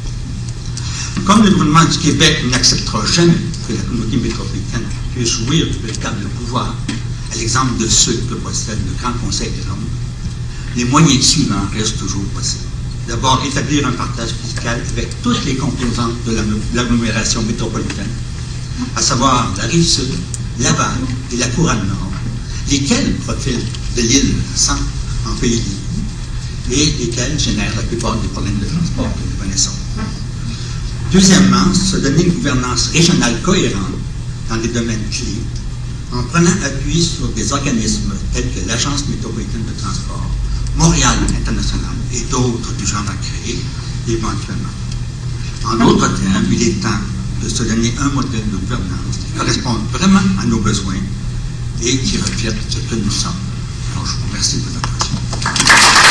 Comme le gouvernement du Québec n'acceptera jamais que la communauté métropolitaine puisse jouir du véritable pouvoir, à l'exemple de ceux que possède le Grand Conseil de Londres, les moyens suivants restent toujours possibles. D'abord, établir un partage fiscal avec toutes les composantes de l'agglomération métropolitaine, à savoir la Rive-Sud, Laval et la Couronne Nord, lesquels profitent de l'île centre en pays libre et lesquels génèrent la plupart des problèmes de transport que nous connaissons. Deuxièmement, se donner une gouvernance régionale cohérente dans les domaines clés, en prenant appui sur des organismes tels que l'Agence métropolitaine de transport, Montréal International et d'autres du genre à créer, éventuellement. En d'autres termes, il est temps de se donner un modèle de gouvernance qui corresponde vraiment à nos besoins et qui reflète ce que nous sommes. Alors, je vous remercie pour votre attention.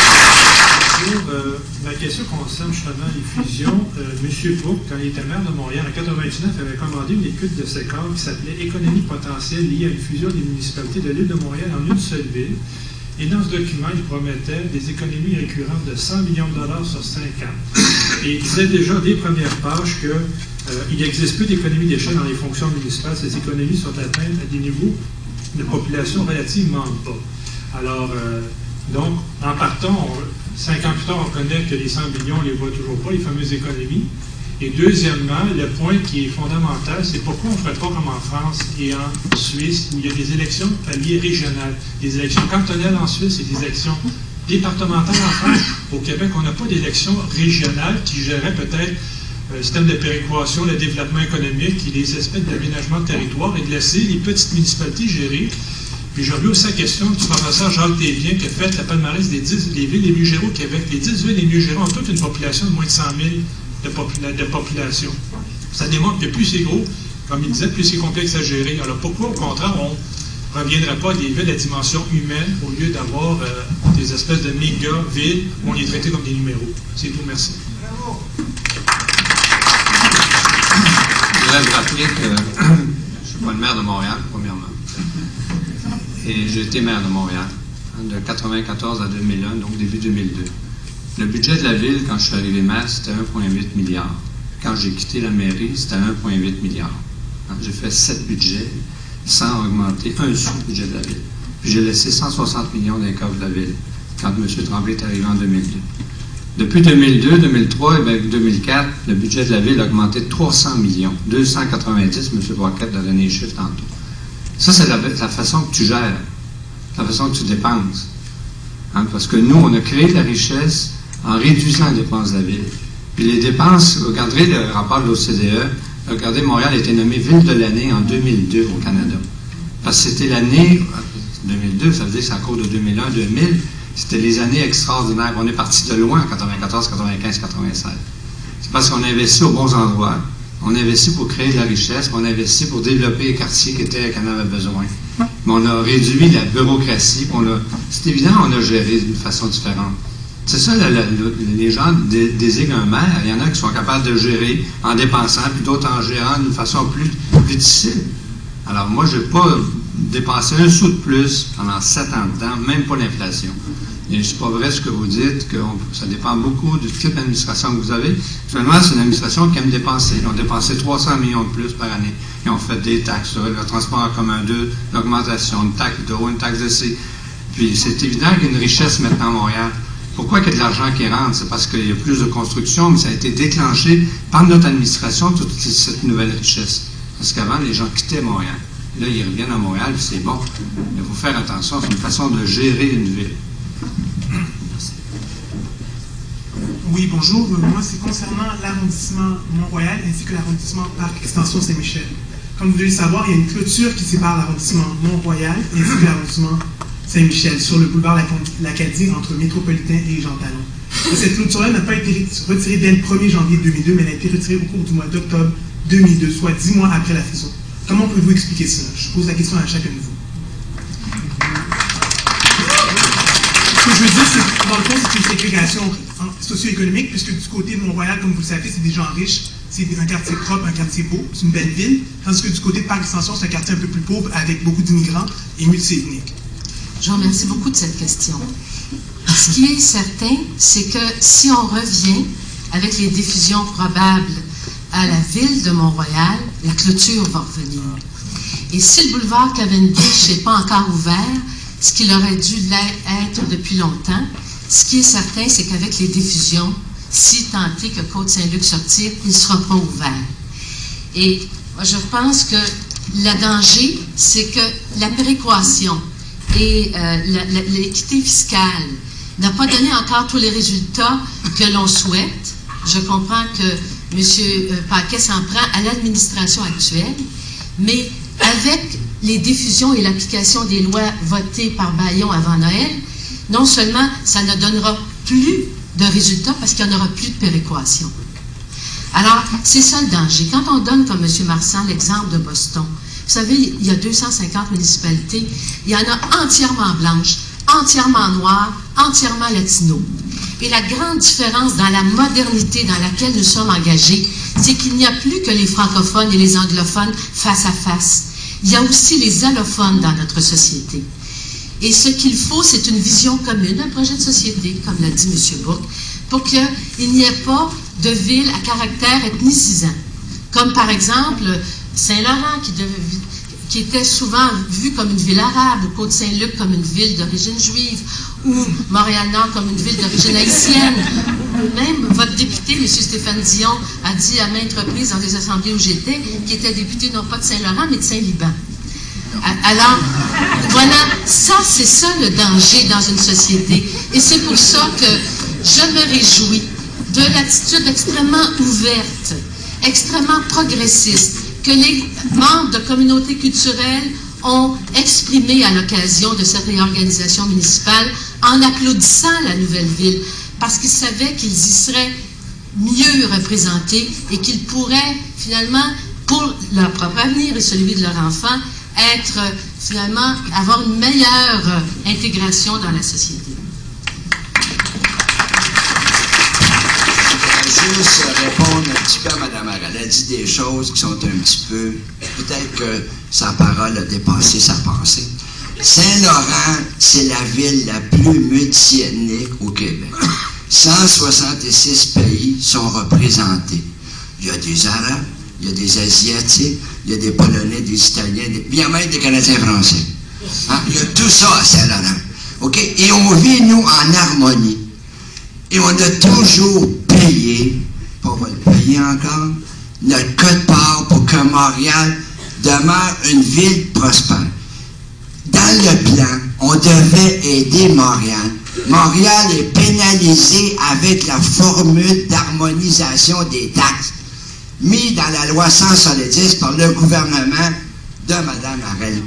Euh, ma question concerne justement les fusions. Euh, M. Brooke, quand il était maire de Montréal en mille neuf cent quatre-vingt-dix-neuf, avait commandé une étude de séquence qui s'appelait Économie potentielle liée à une fusion des municipalités de l'île de Montréal en une seule ville. Et dans ce document, il promettait des économies récurrentes de cent millions de dollars sur cinq ans. Et il disait déjà dès les premières pages qu'il euh, n'existe plus d'économies d'échelle dans les fonctions municipales. Ces économies sont atteintes à des niveaux de population relativement bas. Alors, euh, donc, en partant, on, cinq ans plus tard, on connaît que les cent millions, on ne les voit toujours pas, les fameuses économies. Et deuxièmement, le point qui est fondamental, c'est pourquoi on ne ferait pas comme en France et en Suisse, où il y a des élections alliées régionales, des élections cantonales en Suisse et des élections départementales en France. Au Québec, on n'a pas d'élections régionales qui géraient peut-être le système de péréquation, le développement économique et les aspects de l'aménagement de territoire et de laisser les petites municipalités gérer. Puis j'ai revu aussi la question du professeur Jacques Desbiens qui a fait la palmarès des dix des villes les mieux gérées au Québec. Les dix villes les mieux gérées ont toutes une population de moins de cent mille de, popula de population. Ça démontre que plus c'est gros, comme il disait, plus c'est complexe à gérer. Alors pourquoi, au contraire, on ne reviendrait pas à des villes à dimension humaine au lieu d'avoir euh, des espèces de méga-villes où on les traitait comme des numéros? C'est tout, merci. Je voudrais vous rappeler que je ne suis pas le maire de Montréal, premièrement. Et j'ai été maire de Montréal hein, de mille neuf cent quatre-vingt-quatorze à deux mille un, donc début deux mille deux. Le budget de la ville, quand je suis arrivé maire, c'était un virgule huit milliard. Quand j'ai quitté la mairie, c'était un virgule huit milliard. Hein, j'ai fait sept budgets sans augmenter un sou du budget de la ville. Puis j'ai laissé cent soixante millions dans les coffres de la ville quand M. Tremblay est arrivé en deux mille deux. Depuis deux mille deux, deux mille trois et bien deux mille quatre, le budget de la ville a augmenté de trois cents millions. deux cent quatre-vingt-dix, M. Boisquet a donné les chiffres tantôt. Ça, c'est la, la façon que tu gères, la façon que tu dépenses. Hein, parce que nous, on a créé de la richesse en réduisant les dépenses de la ville. Puis les dépenses, regardez le rapport de l'O C D E, regardez, Montréal a été nommée Ville de l'année en deux mille deux au Canada. Parce que c'était l'année, deux mille deux, ça veut dire que c'est à cause de deux mille un, deux mille, c'était les années extraordinaires. On est parti de loin en quatre-vingt-quatorze, quatre-vingt-quinze, quatre-vingt-seize. C'est parce qu'on a investi aux bons endroits. On a investi pour créer de la richesse, on a investi pour développer les quartiers qui étaient, qu'on avait besoin. Mais on a réduit la bureaucratie, c'est évident, on a géré d'une façon différente. C'est ça, la, la, les gens dé, désignent un maire. Il y en a qui sont capables de gérer en dépensant, puis d'autres en gérant d'une façon plus, plus difficile. Alors moi, je n'ai pas dépensé un sou de plus pendant sept ans de temps, même pas l'inflation. Et c'est pas vrai ce que vous dites, que on, ça dépend beaucoup du type d'administration que vous avez. Finalement, c'est une administration qui aime dépenser. Ils ont dépensé trois cents millions de plus par année. Ils ont fait des taxes sur le transport en commun, deux, l'augmentation, une taxe d'eau, une taxe de C. Puis c'est évident qu'il y a une richesse maintenant à Montréal. Pourquoi il y a de l'argent qui rentre? C'est parce qu'il y a plus de construction, mais ça a été déclenché par notre administration, toute cette nouvelle richesse. Parce qu'avant, les gens quittaient Montréal. Et là, ils reviennent à Montréal, puis c'est bon. Mais il faut faire attention, c'est une façon de gérer une ville. Oui, bonjour. Moi, c'est concernant l'arrondissement Mont-Royal ainsi que l'arrondissement par extension Saint-Michel. Comme vous devez le savoir, il y a une clôture qui sépare l'arrondissement Mont-Royal ainsi que l'arrondissement Saint-Michel sur le boulevard L'Acadie entre Métropolitain et Jean Talon. Et cette clôture-là n'a pas été retirée dès le premier janvier deux mille deux, mais elle a été retirée au cours du mois d'octobre deux mille deux, soit dix mois après la fusion. Comment pouvez-vous expliquer ça? Je pose la question à chacun de vous. Ce que je veux dire, c'est que dans le fond, c'est une ségrégation socio-économique, puisque du côté de Mont-Royal, comme vous le savez, c'est des gens riches, c'est un quartier propre, un quartier beau, c'est une belle ville, tandis que du côté de Parc Extension, c'est un quartier un peu plus pauvre, avec beaucoup d'immigrants et multi-ethniques. Je vous remercie beaucoup de cette question. Ce qui est certain, c'est que si on revient avec les diffusions probables à la ville de Mont-Royal, la clôture va revenir. Et si le boulevard Cavendish n'est pas encore ouvert, ce qu'il aurait dû l'être depuis longtemps, ce qui est certain, c'est qu'avec les diffusions, si tant est que Côte-Saint-Luc sortir, il ne sera pas ouvert. Et moi, je pense que le danger, c'est que la péréquation et euh, l'équité fiscale n'a pas donné encore tous les résultats que l'on souhaite. Je comprends que M. Paquet s'en prend à l'administration actuelle, mais avec les diffusions et l'application des lois votées par Bayon avant Noël, non seulement ça ne donnera plus de résultats parce qu'il n'y en aura plus de péréquation. Alors, c'est ça le danger. Quand on donne, comme M. Marsan, l'exemple de Boston, vous savez, il y a deux cent cinquante municipalités, il y en a entièrement blanches, entièrement noires, entièrement latino. Et la grande différence dans la modernité dans laquelle nous sommes engagés, c'est qu'il n'y a plus que les francophones et les anglophones face à face. Il y a aussi les allophones dans notre société. Et ce qu'il faut, c'est une vision commune, un projet de société, comme l'a dit M. Bourque, pour qu'il n'y ait pas de ville à caractère ethnicisant. Comme par exemple Saint-Laurent, qui, qui était souvent vu comme une ville arabe, ou Côte-Saint-Luc comme une ville d'origine juive, ou Montréal-Nord comme une ville d'origine haïtienne, ou même votre député, M. Stéphane Dion, a dit à maintes reprises dans les assemblées où j'étais, qu'il était député non pas de Saint-Laurent, mais de Saint-Liban. Alors, voilà, ça, c'est ça le danger dans une société. Et c'est pour ça que je me réjouis de l'attitude extrêmement ouverte, extrêmement progressiste, que les membres de communautés culturelles ont exprimé à l'occasion de cette réorganisation municipale en applaudissant la nouvelle ville, parce qu'ils savaient qu'ils y seraient mieux représentés et qu'ils pourraient finalement, pour leur propre avenir et celui de leur enfant, être finalement, avoir une meilleure intégration dans la société. Juste répondre un petit peu à Mme Arel. Elle a dit des choses qui sont un petit peu... Peut-être que sa parole a dépassé sa pensée. Saint-Laurent, c'est la ville la plus multiethnique au Québec. cent soixante-six pays sont représentés. Il y a des Arabes, il y a des Asiatiques, il y a des Polonais, des Italiens, des... il y a même des Canadiens français. Hein? Il y a tout ça à Saint-Laurent. OK? Et on vit, nous, en harmonie. Et on a toujours payé, on va le payer encore, notre code-part pour que Montréal demeure une ville prospère. Dans le plan, on devait aider Montréal. Montréal est pénalisé avec la formule d'harmonisation des taxes mis dans la loi cent soixante-dix par le gouvernement de Mme Arel.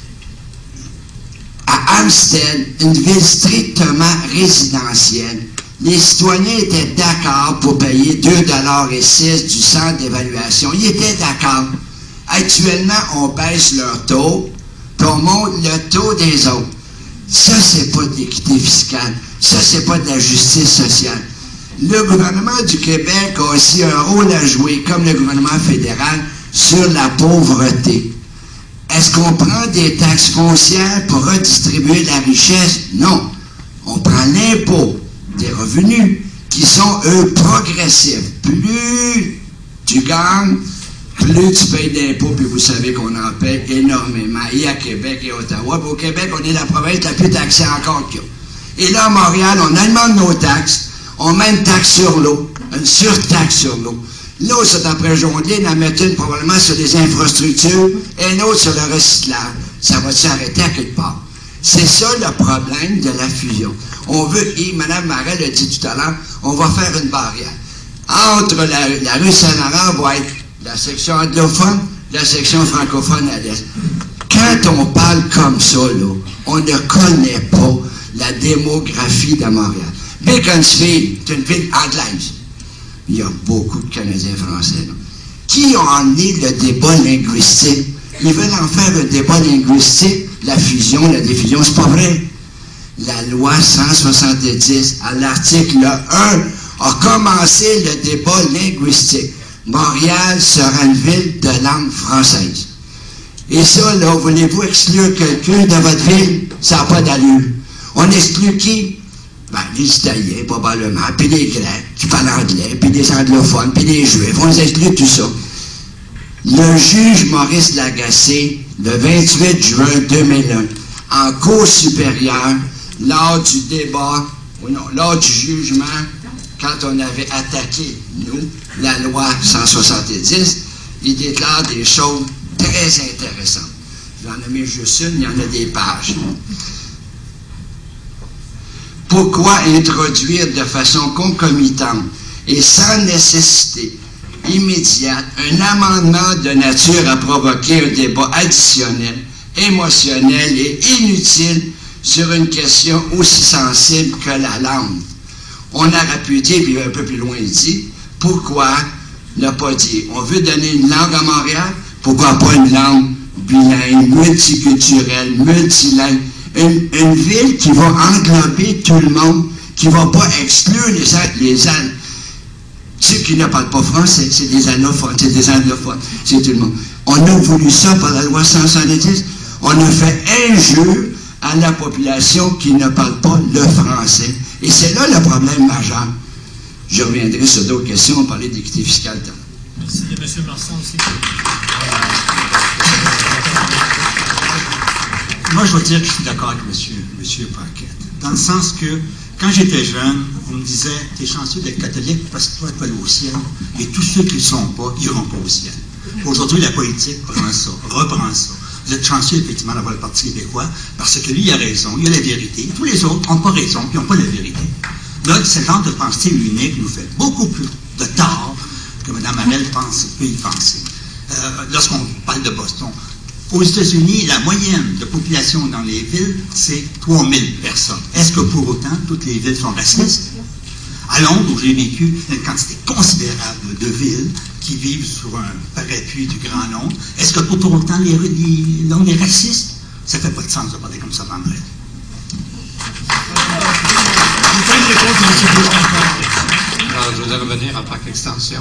À Amstead, une ville strictement résidentielle, les citoyens étaient d'accord pour payer deux dollars et six du centre d'évaluation. Ils étaient d'accord. Actuellement, on baisse leur taux, puis on monte le taux des autres. Ça, c'est pas de l'équité fiscale. Ça, c'est pas de la justice sociale. Le gouvernement du Québec a aussi un rôle à jouer, comme le gouvernement fédéral, sur la pauvreté. Est-ce qu'on prend des taxes foncières pour redistribuer la richesse? Non. On prend l'impôt des revenus qui sont, eux, progressifs. Plus tu gagnes, plus tu payes d'impôts, puis vous savez qu'on en paye énormément, et à Québec et à Ottawa. Puis au Québec, on est la province la plus taxée encore qu'il y a. Et là, à Montréal, on augmente nos taxes, on met une taxe sur l'eau, une surtaxe sur l'eau. L'autre, c'est après Jondier, en mettre une probablement sur les infrastructures, et une autre sur le recyclage. Ça va s'arrêter à quelque part. C'est ça le problème de la fusion. On veut, et Mme Marel a dit tout à l'heure, on va faire une barrière. Entre la, la rue Saint-Laurent va être la section anglophone, la section francophone à l'est. Quand on parle comme ça, là, on ne connaît pas la démographie de Montréal. Beaconsfield, c'est une ville anglaise. Il y a beaucoup de Canadiens français, là, qui ont emmené le débat linguistique. Ils veulent en faire un débat linguistique. La fusion, la diffusion, c'est pas vrai. La loi cent soixante-dix, à l'article un, a commencé le débat linguistique. Montréal sera une ville de langue française. Et ça, là, voulez-vous exclure quelqu'un de votre ville? Ça n'a pas d'allure. On exclut qui? Ben, les Italiens, probablement, puis les Grecs, qui parlent anglais, puis les anglophones, puis les Juifs. On exclut tout ça. Le juge Maurice Lagacé, le vingt-huit juin deux mille un, en cour supérieure, lors du débat, ou non, lors du jugement, quand on avait attaqué, nous, la loi cent soixante-dix, il déclare des choses très intéressantes. J'en ai mis juste une, il y en a des pages. Pourquoi introduire de façon concomitante et sans nécessité immédiate un amendement de nature à provoquer un débat additionnel, émotionnel et inutile sur une question aussi sensible que la langue? On aurait pu dire, puis un peu plus loin il dit, pourquoi ne pas dire, on veut donner une langue à Montréal, pourquoi pas une langue bilingue, multiculturelle, multilingue, une, une ville qui va englober tout le monde, qui ne va pas exclure les, les ceux qui ne parlent pas français, c'est des anglophones, c'est des anglophones, c'est tout le monde. On a voulu ça par la loi cent soixante-dix, on a fait injure à la population qui ne parle pas le français. Et c'est là le problème majeur. Je reviendrai sur d'autres questions, on parlait d'équité fiscale. Merci. Il y a M. Marsan aussi. Moi, je dois dire que je suis d'accord avec M. Paquette, dans le sens que, quand j'étais jeune, on me disait, t'es chanceux d'être catholique parce que toi, tu vas aller au ciel, et tous ceux qui ne le sont pas, iront pas au ciel. Aujourd'hui, la politique prend ça, reprend ça. Vous êtes chanceux, effectivement, d'avoir le Parti québécois, parce que lui, il a raison, il a la vérité. Tous les autres n'ont pas raison, puis n'ont pas la vérité. Là, ce genre de pensée unique nous fait beaucoup plus de tort que Mme Hamel pense, peut y penser. Euh, Lorsqu'on parle de Boston, aux États-Unis, la moyenne de population dans les villes, c'est trois mille personnes. Est-ce que pour autant, toutes les villes sont racistes? À Londres, où j'ai vécu, il y a une quantité considérable de villes qui vivent sur un parapluie du Grand Londres. Est-ce que pour autant, les, les, Londres est raciste? Ça ne fait pas de sens de parler comme ça, André. Alors, je voudrais revenir à Parc Extension.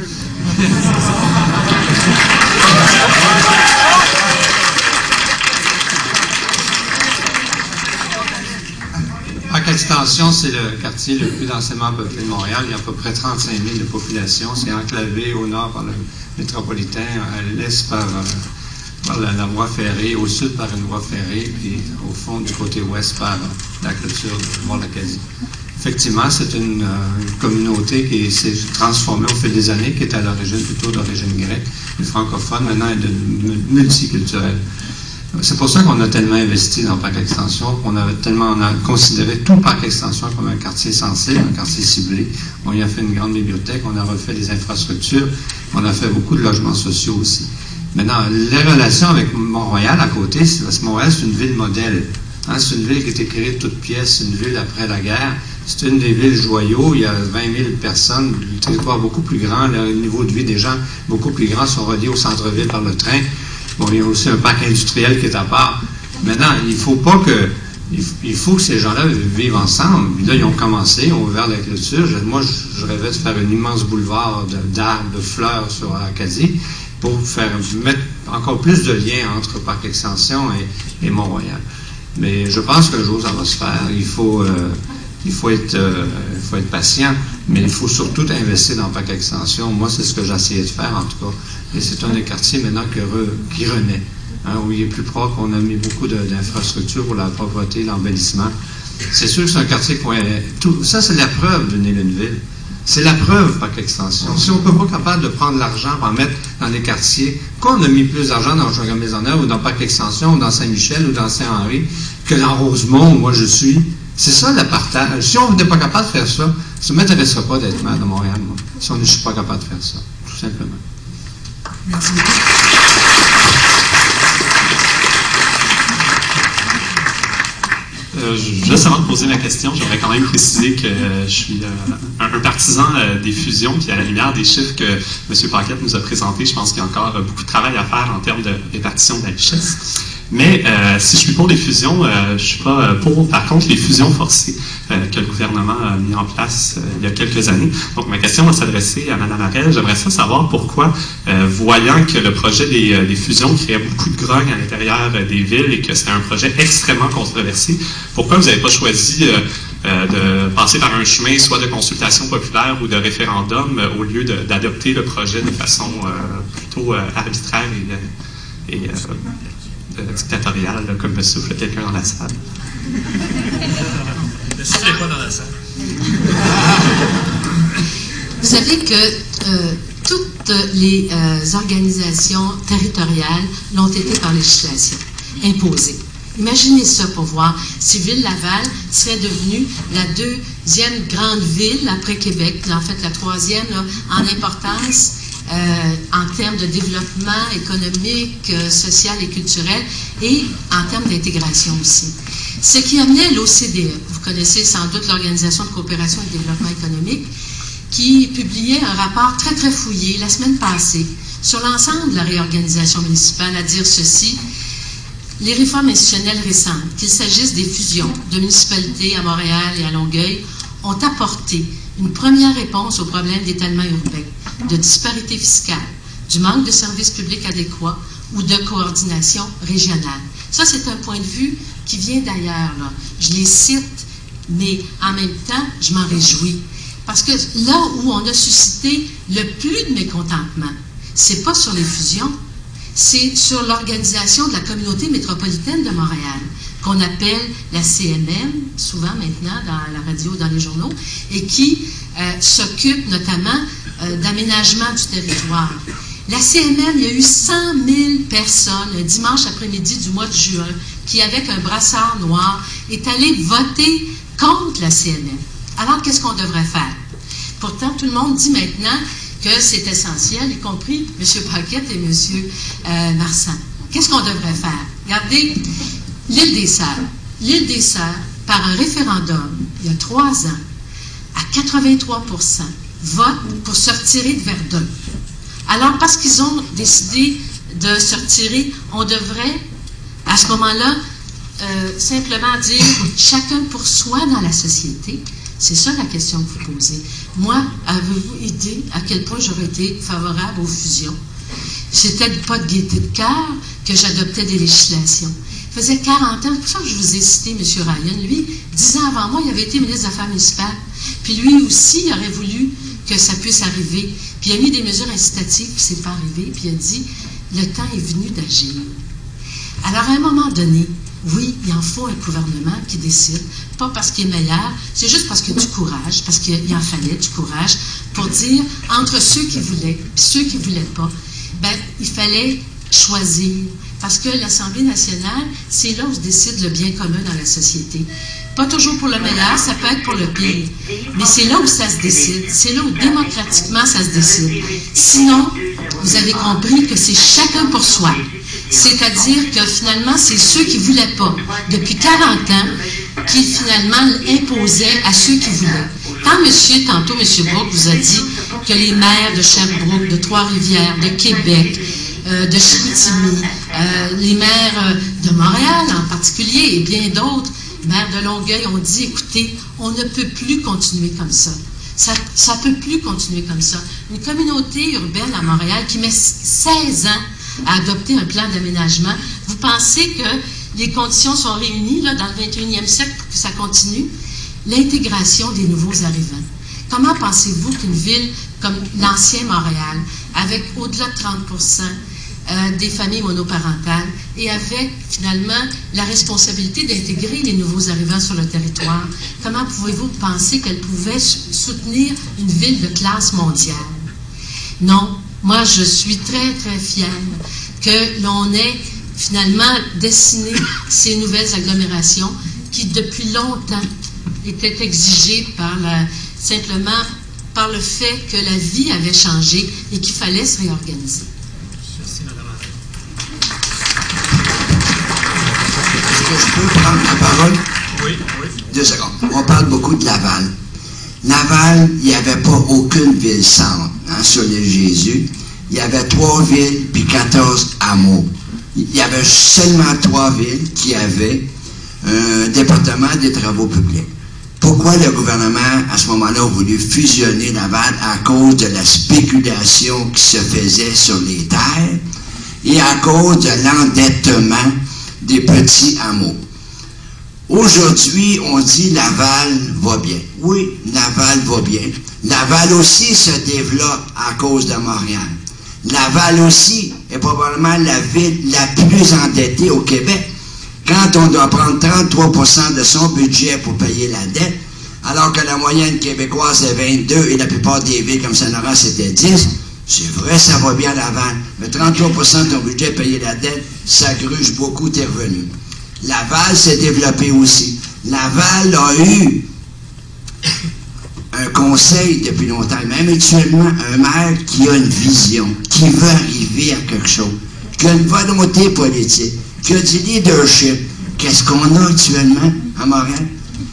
Parc Extension, c'est le quartier le plus densément peuplé de Montréal. Il y a à peu près trente-cinq mille de population. C'est enclavé au nord par le métropolitain, à l'est par, euh, par la, la voie ferrée, au sud par une voie ferrée, puis au fond du côté ouest par la clôture de Mont-Lacadie. Effectivement, c'est une, euh, une communauté qui s'est transformée au fil des années, qui est à l'origine plutôt d'origine grecque, et francophone, maintenant elle est multiculturelle. C'est pour ça qu'on a tellement investi dans le Parc Extension, qu'on avait tellement on a considéré tout le Parc Extension comme un quartier sensible, un quartier ciblé. On y a fait une grande bibliothèque, on a refait des infrastructures, on a fait beaucoup de logements sociaux aussi. Maintenant, les relations avec Mont-Royal à côté, c'est parce que Montréal, c'est une ville modèle. Hein, c'est une ville qui a été créée de toutes pièces, c'est une ville après la guerre. C'est une des villes joyaux, il y a vingt mille personnes, le territoire beaucoup plus grand, le niveau de vie des gens beaucoup plus grand, sont reliés au centre-ville par le train. Bon, il y a aussi un parc industriel qui est à part. Maintenant, il faut pas que... Il faut que ces gens-là vivent ensemble. Puis là, ils ont commencé, ils ont ouvert la clôture. Je, moi, je, je rêvais de faire un immense boulevard d'arbres, de, de fleurs sur Acadie pour faire mettre encore plus de liens entre Parc Extension et, et Mont-Royal. Mais je pense qu'un jour, ça va se faire. Il faut... Euh, Il faut, être, euh, il faut être patient, mais il faut surtout investir dans le Parc Extension. Moi, c'est ce que j'ai essayé de faire, en tout cas. Et c'est un des quartiers maintenant qui, re, qui renaît, hein, où il est plus propre. On a mis beaucoup d'infrastructures pour la propreté, l'embellissement. C'est sûr que c'est un quartier qui... Tout, ça, c'est la preuve d'une île, une ville. C'est la preuve, Parc Extension. Si on ne peut pas capable de prendre l'argent pour en mettre dans les quartiers, pourquoi on a mis plus d'argent dans Jean Maisonneuve ou dans Parc Extension ou dans Saint-Michel ou dans Saint-Henri que dans Rosemont, où moi je suis? C'est ça le partage. Si on n'est pas capable de faire ça, ça ne m'intéresserait pas d'être maire de Montréal, moi, si on ne suis pas capable de faire ça, tout simplement. Merci. Euh, juste avant de poser ma question, j'aimerais quand même préciser que euh, je suis euh, un, un partisan euh, des fusions, puis à la lumière des chiffres que M. Paquette nous a présentés, je pense qu'il y a encore euh, beaucoup de travail à faire en termes de répartition de la richesse. Mais euh, si je suis pour les fusions, euh, je ne suis pas euh, pour, par contre, les fusions forcées euh, que le gouvernement a mis en place euh, il y a quelques années. Donc, ma question va s'adresser à Mme Harel. J'aimerais ça savoir pourquoi, euh, voyant que le projet des, euh, des fusions créait beaucoup de grogne à l'intérieur euh, des villes et que c'était un projet extrêmement controversé, pourquoi vous n'avez pas choisi euh, euh, de passer par un chemin soit de consultation populaire ou de référendum euh, au lieu d'adopter le projet de façon euh, plutôt euh, arbitraire et, et euh, Euh, dictatorial, là, comme me souffle quelqu'un dans la salle. Ne soufflez pas dans la salle. Vous savez que euh, toutes les euh, organisations territoriales l'ont été par législation, imposées. Imaginez ça pour voir si Ville-Laval serait devenue la deuxième grande ville après Québec, en fait la troisième là, en importance. Euh, en termes de développement économique, euh, social et culturel, et en termes d'intégration aussi. Ce qui amenait l'O C D E, vous connaissez sans doute l'Organisation de coopération et de développement économique, qui publiait un rapport très très fouillé la semaine passée sur l'ensemble de la réorganisation municipale, à dire ceci: les réformes institutionnelles récentes, qu'il s'agisse des fusions de municipalités à Montréal et à Longueuil, ont apporté une première réponse aux problèmes d'étalement urbain, de disparité fiscale, du manque de services publics adéquats ou de coordination régionale. Ça, c'est un point de vue qui vient d'ailleurs, là. Je les cite, mais en même temps, je m'en réjouis. Parce que là où on a suscité le plus de mécontentement, c'est pas sur les fusions, c'est sur l'organisation de la communauté métropolitaine de Montréal, qu'on appelle la C M M, souvent maintenant dans la radio, dans les journaux, et qui euh, s'occupe notamment euh, d'aménagement du territoire. La C M M, il y a eu cent mille personnes un dimanche après-midi du mois de juin qui, avec un brassard noir, est allé voter contre la C M M. Alors, qu'est-ce qu'on devrait faire? Pourtant, tout le monde dit maintenant que c'est essentiel, y compris M. Paquette et M. Euh, Marsan. Qu'est-ce qu'on devrait faire? Regardez, l'île des Sœurs. L'île des Sœurs, par un référendum, il y a trois ans, à quatre-vingt-trois pour cent, vote pour se retirer de Verdun. Alors, parce qu'ils ont décidé de se retirer, on devrait, à ce moment-là, euh, simplement dire chacun pour soi dans la société. C'est ça la question que vous posez. Moi, avez-vous idée à quel point j'aurais été favorable aux fusions? C'était pas de gaieté de cœur que j'adoptais des législations. Il faisait quarante ans, c'est pour ça que je vous ai cité M. Ryan. Lui, dix ans avant moi, il avait été ministre des Affaires municipales. Puis lui aussi, il aurait voulu que ça puisse arriver. Puis il a mis des mesures incitatives, puis c'est pas arrivé. Puis il a dit, le temps est venu d'agir. Alors, à un moment donné, oui, il en faut un gouvernement qui décide, pas parce qu'il est meilleur, c'est juste parce qu'il y a du courage, parce qu'il en fallait du courage, pour dire, entre ceux qui voulaient et ceux qui ne voulaient pas, ben, il fallait choisir. Parce que l'Assemblée nationale, c'est là où se décide le bien commun dans la société. Pas toujours pour le meilleur, ça peut être pour le pire. Mais c'est là où ça se décide. C'est là où démocratiquement ça se décide. Sinon, vous avez compris que c'est chacun pour soi. C'est-à-dire que finalement, c'est ceux qui ne voulaient pas, depuis quarante ans, qui finalement imposaient à ceux qui voulaient. Quand monsieur, tantôt M. Brooke vous a dit que les maires de Sherbrooke, de Trois-Rivières, de Québec, euh, de Chicoutimi, euh, les maires euh, de Montréal en particulier et bien d'autres, maires de Longueuil ont dit, écoutez, on ne peut plus continuer comme ça. Ça ne peut plus continuer comme ça. Une communauté urbaine à Montréal qui met seize ans à adopter un plan d'aménagement, vous pensez que les conditions sont réunies là, dans le vingt et unième siècle pour que ça continue? L'intégration des nouveaux arrivants. Comment pensez-vous qu'une ville comme l'ancien Montréal, avec au-delà de trente pour cent euh, des familles monoparentales et avec finalement la responsabilité d'intégrer les nouveaux arrivants sur le territoire, comment pouvez-vous penser qu'elle pouvait soutenir une ville de classe mondiale? Non, moi je suis très très fière que l'on ait finalement dessiné ces nouvelles agglomérations qui depuis longtemps étaient exigées par la, simplement par le fait que la vie avait changé et qu'il fallait se réorganiser. Merci, Mme Est-ce que je peux prendre la parole? Oui, oui. Deux secondes. On parle beaucoup de Laval. Laval, il n'y avait pas aucune ville-centre hein, sur l'île Jésus. Il y avait trois villes puis quatorze hameaux. il y avait seulement trois villes qui avaient un département des travaux publics. Pourquoi le gouvernement, à ce moment-là, a voulu fusionner Laval? À cause de la spéculation qui se faisait sur les terres et à cause de l'endettement des petits hameaux. Aujourd'hui, on dit Laval va bien. Oui, Laval va bien. Laval aussi se développe à cause de Montréal. Laval aussi est probablement la ville la plus endettée au Québec. Quand on doit prendre trente-trois pour cent de son budget pour payer la dette, alors que la moyenne québécoise est vingt-deux et la plupart des villes comme Saint-Laurent c'était dix, c'est vrai, ça va bien à Laval. Mais trente-trois pour cent de ton budget payer la dette, ça gruge beaucoup tes revenus. Laval s'est développé aussi. Laval a eu un conseil depuis longtemps, même actuellement, un maire qui a une vision, qui veut arriver à quelque chose, qui a une volonté politique, qui a du leadership. Qu'est-ce qu'on a actuellement à Montréal?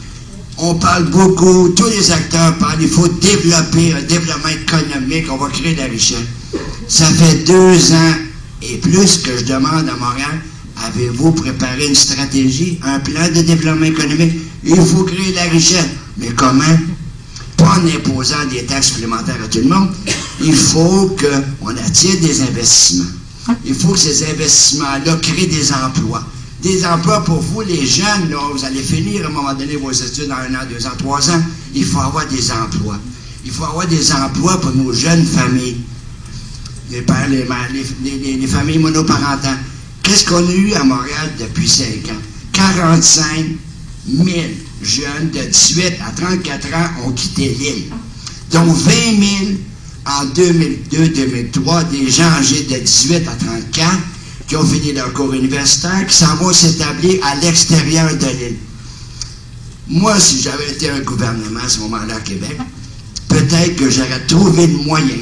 On parle beaucoup, tous les acteurs parlent, il faut développer un développement économique, on va créer de la richesse. Ça fait deux ans et plus que je demande à Montréal, avez-vous préparé une stratégie, un plan de développement économique? Il faut créer de la richesse. Mais comment? Pas en imposant des taxes supplémentaires à tout le monde. Il faut qu'on attire des investissements. Il faut que ces investissements-là créent des emplois. Des emplois pour vous, les jeunes, là, vous allez finir à un moment donné vos études dans un an, deux ans, trois ans. Il faut avoir des emplois. Il faut avoir des emplois pour nos jeunes familles. Les pères, les mères, les, les, les familles monoparentales. Qu'est-ce qu'on a eu à Montréal depuis cinq ans? quarante-cinq mille jeunes de dix-huit à trente-quatre ans ont quitté l'île. Donc vingt mille en deux mille deux deux mille trois, des gens âgés de dix-huit à trente-quatre qui ont fini leur cours universitaire, qui s'en vont s'établir à l'extérieur de l'île. Moi, si j'avais été un gouvernement à ce moment-là à Québec, peut-être que j'aurais trouvé le moyen.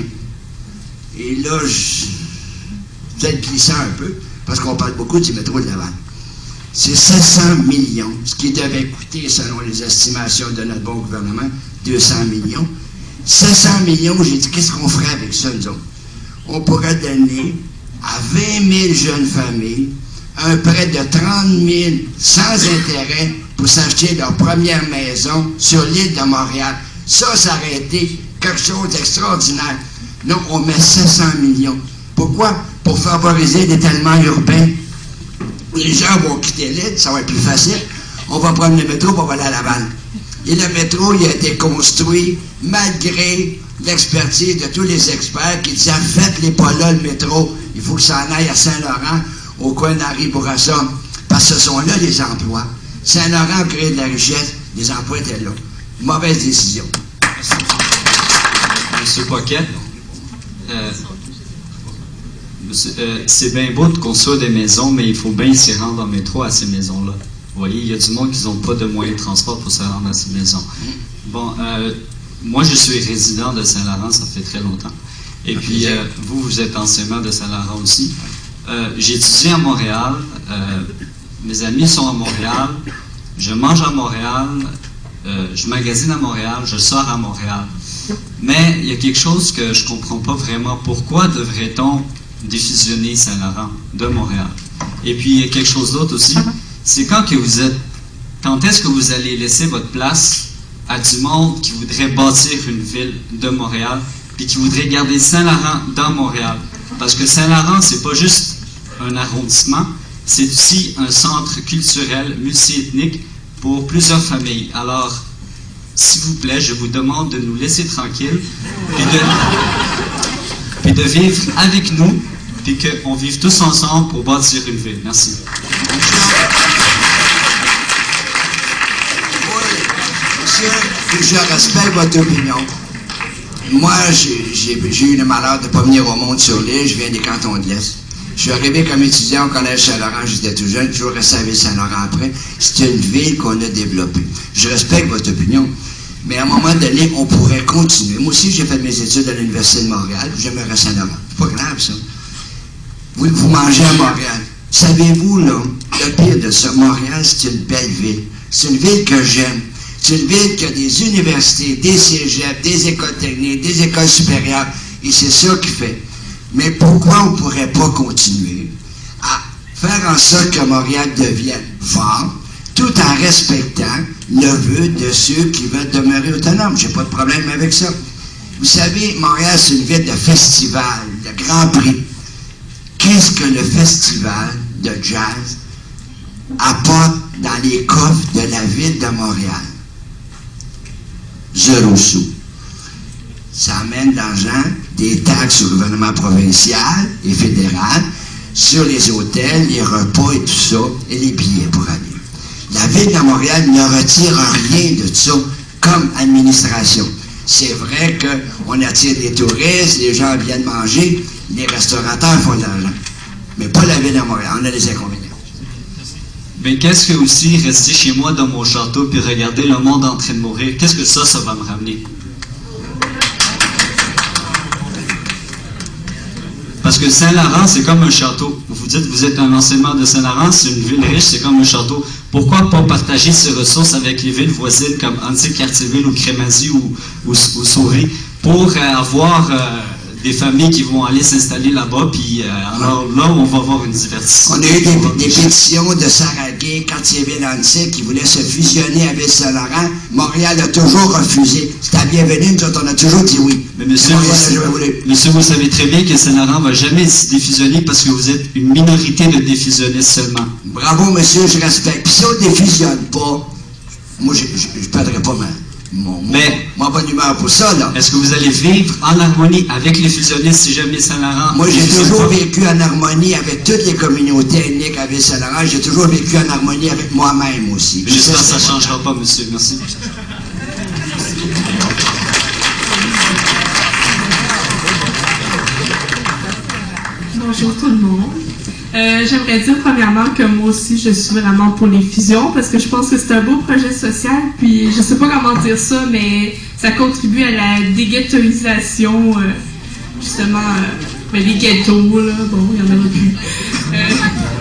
Et là, je, vous êtes glissant un peu, parce qu'on parle beaucoup du métro de Laval. C'est sept cents millions, ce qui devait coûter, selon les estimations de notre bon gouvernement, deux cents millions. sept cents millions, j'ai dit, qu'est-ce qu'on ferait avec ça, nous autres? On pourrait donner à vingt mille jeunes familles un prêt de trente mille sans intérêt pour s'acheter leur première maison sur l'île de Montréal. Ça, ça aurait été quelque chose d'extraordinaire. Non, on met sept cents millions. Pourquoi? Pour favoriser l'étalement urbain. Les gens vont quitter l'île, ça va être plus facile. On va prendre le métro pour aller à Laval. Et le métro, il a été construit malgré l'expertise de tous les experts qui disaient, faites-les pas là, le métro. Il faut que ça en aille à Saint-Laurent, au coin d'Henri-Bourassa. Parce que ce sont là les emplois. Saint-Laurent a créé de la richesse, les emplois étaient là. Mauvaise décision. Merci. Monsieur Paquet, euh, euh, c'est bien beau de construire des maisons, mais il faut bien s'y rendre en métro à ces maisons-là. Vous voyez, il y a du monde qui n'ont pas de moyens de transport pour se rendre à ces maisons. Bon, euh, moi, je suis résident de Saint-Laurent, ça fait très longtemps. Et puis, euh, vous, vous êtes enseignant de Saint-Laurent aussi. Euh, j'ai étudié à Montréal. Euh, mes amis sont à Montréal. Je mange à Montréal. Euh, je magasine à Montréal. Je sors à Montréal. Mais il y a quelque chose que je ne comprends pas vraiment. Pourquoi devrait-on défusionner Saint-Laurent de Montréal? Et puis, il y a quelque chose d'autre aussi. C'est quand que vous êtes... Quand est-ce que vous allez laisser votre place à du monde qui voudrait bâtir une ville de Montréal puis qui voudrait garder Saint-Laurent dans Montréal? Parce que Saint-Laurent, c'est pas juste un arrondissement, c'est aussi un centre culturel multiethnique pour plusieurs familles. Alors, s'il vous plaît, je vous demande de nous laisser tranquilles puis de, puis de vivre avec nous puis qu'on vive tous ensemble pour bâtir une ville. Merci. Je respecte votre opinion. Moi, j'ai eu le malheur de ne pas venir au monde sur l'île. Je viens des cantons de l'Est. Je suis arrivé comme étudiant au Collège Saint-Laurent. J'étais tout jeune. Toujours resté à Ville-Saint-Laurent après. C'est une ville qu'on a développée. Je respecte votre opinion. Mais à un moment donné, on pourrait continuer. Moi aussi, j'ai fait mes études à l'Université de Montréal. J'aimerais Saint-Laurent. C'est pas grave, ça. Vous, vous mangez à Montréal. Savez-vous, là, le pire de ça, Montréal, c'est une belle ville. C'est une ville que j'aime. C'est une ville qui a des universités, des cégeps, des écoles techniques, des écoles supérieures, et c'est ça qui fait. Mais pourquoi on ne pourrait pas continuer à faire en sorte que Montréal devienne fort, tout en respectant le vœu de ceux qui veulent demeurer autonomes. J'ai pas de problème avec ça. Vous savez, Montréal, c'est une ville de festival, de Grand Prix. Qu'est-ce que le festival de jazz apporte dans les coffres de la ville de Montréal? Zéro sou. Ça amène de l'argent, des taxes au gouvernement provincial et fédéral, sur les hôtels, les repas et tout ça, et les billets pour aller. La ville de Montréal ne retire rien de ça comme administration. C'est vrai qu'on attire des touristes, les gens viennent manger, les restaurateurs font de l'argent. Mais pas la ville de Montréal, on a des inconvénients. Mais qu'est-ce que aussi rester chez moi dans mon château puis regarder le monde en train de mourir, qu'est-ce que ça, ça va me ramener? Parce que Saint-Laurent, c'est comme un château. Vous dites que vous êtes un enseignement de Saint-Laurent, c'est une ville riche, c'est comme un château. Pourquoi pas partager ces ressources avec les villes voisines comme Antique-Cartierville ou Crémazie ou, ou, ou Souris pour euh, avoir euh, des familles qui vont aller s'installer là-bas, puis euh, alors là, on va avoir une divertissement. On a eu des, des pétitions de Saragay, Cartierville Antique, qui voulaient se fusionner avec Saint-Laurent. Montréal a toujours refusé. C'était la bienvenue, nous autres, on a toujours dit oui. Mais monsieur, vous, monsieur, vous savez très bien que Saint-Laurent ne va jamais se défusionner parce que vous êtes une minorité de défusionnistes seulement. Bravo, monsieur, je respecte. Puis si on ne défusionne pas, moi, je ne perdrai pas ma, mon, Mais, mon, mon bonne humeur pour ça, là. Est-ce que vous allez vivre en harmonie avec les fusionnistes si jamais Saint-Laurent... Moi, j'ai toujours vécu en harmonie avec toutes les communautés ethniques avec Saint-Laurent. J'ai toujours vécu en harmonie avec moi-même aussi. J'espère que ça ne changera pas, monsieur. Merci. Bonjour tout le monde. Euh, J'aimerais dire premièrement que moi aussi je suis vraiment pour les fusions parce que je pense que c'est un beau projet social, puis je sais pas comment dire ça, mais ça contribue à la déghettoisation, euh, justement, euh, ben, les ghettos, là, bon, il y en aura plus. Euh,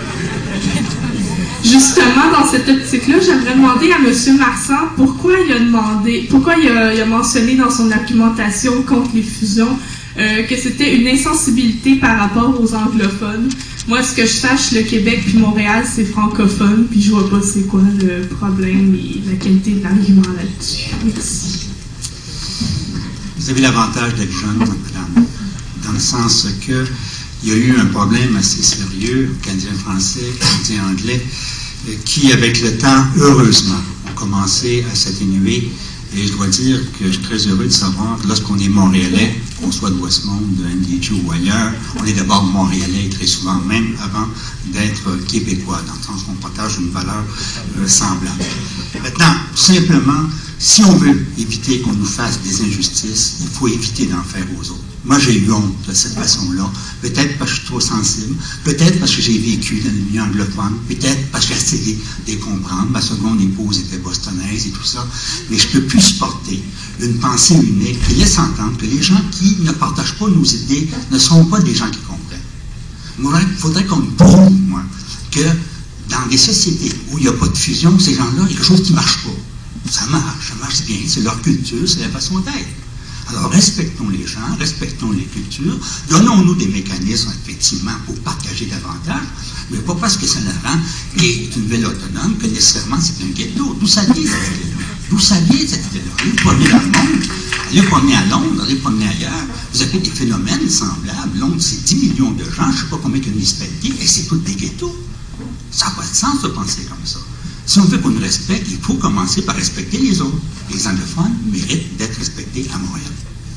justement, dans cette optique-là, j'aimerais demander à M. Marsan pourquoi il a demandé, pourquoi il a, il a mentionné dans son argumentation contre les fusions Euh, que c'était une insensibilité par rapport aux anglophones. Moi, ce que je sache, le Québec puis Montréal, c'est francophone, puis je vois pas c'est quoi le problème et la qualité de l'argument là-dessus. Merci. Vous avez l'avantage d'être jeune, madame, dans le sens que il y a eu un problème assez sérieux, canadien-français, canadien-anglais, qui, avec le temps, heureusement, ont commencé à s'atténuer. Et je dois dire que je suis très heureux de savoir que lorsqu'on est Montréalais, qu'on soit de Westmount, de N D G ou ailleurs, on est d'abord Montréalais très souvent, même avant d'être Québécois, dans le sens qu'on partage une valeur euh, semblable. Maintenant, simplement, si on veut éviter qu'on nous fasse des injustices, il faut éviter d'en faire aux autres. Moi, j'ai eu honte de cette façon-là. Peut-être parce que je suis trop sensible, peut-être parce que j'ai vécu dans le milieu anglophone, peut-être parce que j'ai essayé de les comprendre. Ma seconde épouse était bostonnaise et tout ça. Mais je ne peux plus supporter une pensée unique qui laisse entendre que les gens qui ne partagent pas nos idées ne sont pas des gens qui comprennent. Il faudrait qu'on me prouve, moi, que dans des sociétés où il n'y a pas de fusion, ces gens-là, il y a quelque chose qui ne marche pas. Ça marche, ça marche bien, c'est leur culture, c'est la façon d'être. Alors, respectons les gens, respectons les cultures, donnons-nous des mécanismes, effectivement, pour partager davantage, mais pas parce que Saint-Laurent est une ville autonome que nécessairement c'est un ghetto. D'où ça vient, cette idée-là? D'où ça vient, cette idée-là? Allez vous promener dans le monde, allez vous promener à Londres, allez vous promener ailleurs, vous avez des phénomènes semblables. Londres, c'est dix millions de gens, je ne sais pas combien de municipalités, et c'est toutes des ghettos. Ça n'a pas de sens de penser comme ça. Si on veut qu'on nous respecte, il faut commencer par respecter les autres. Les anglophones méritent d'être respectés à Montréal.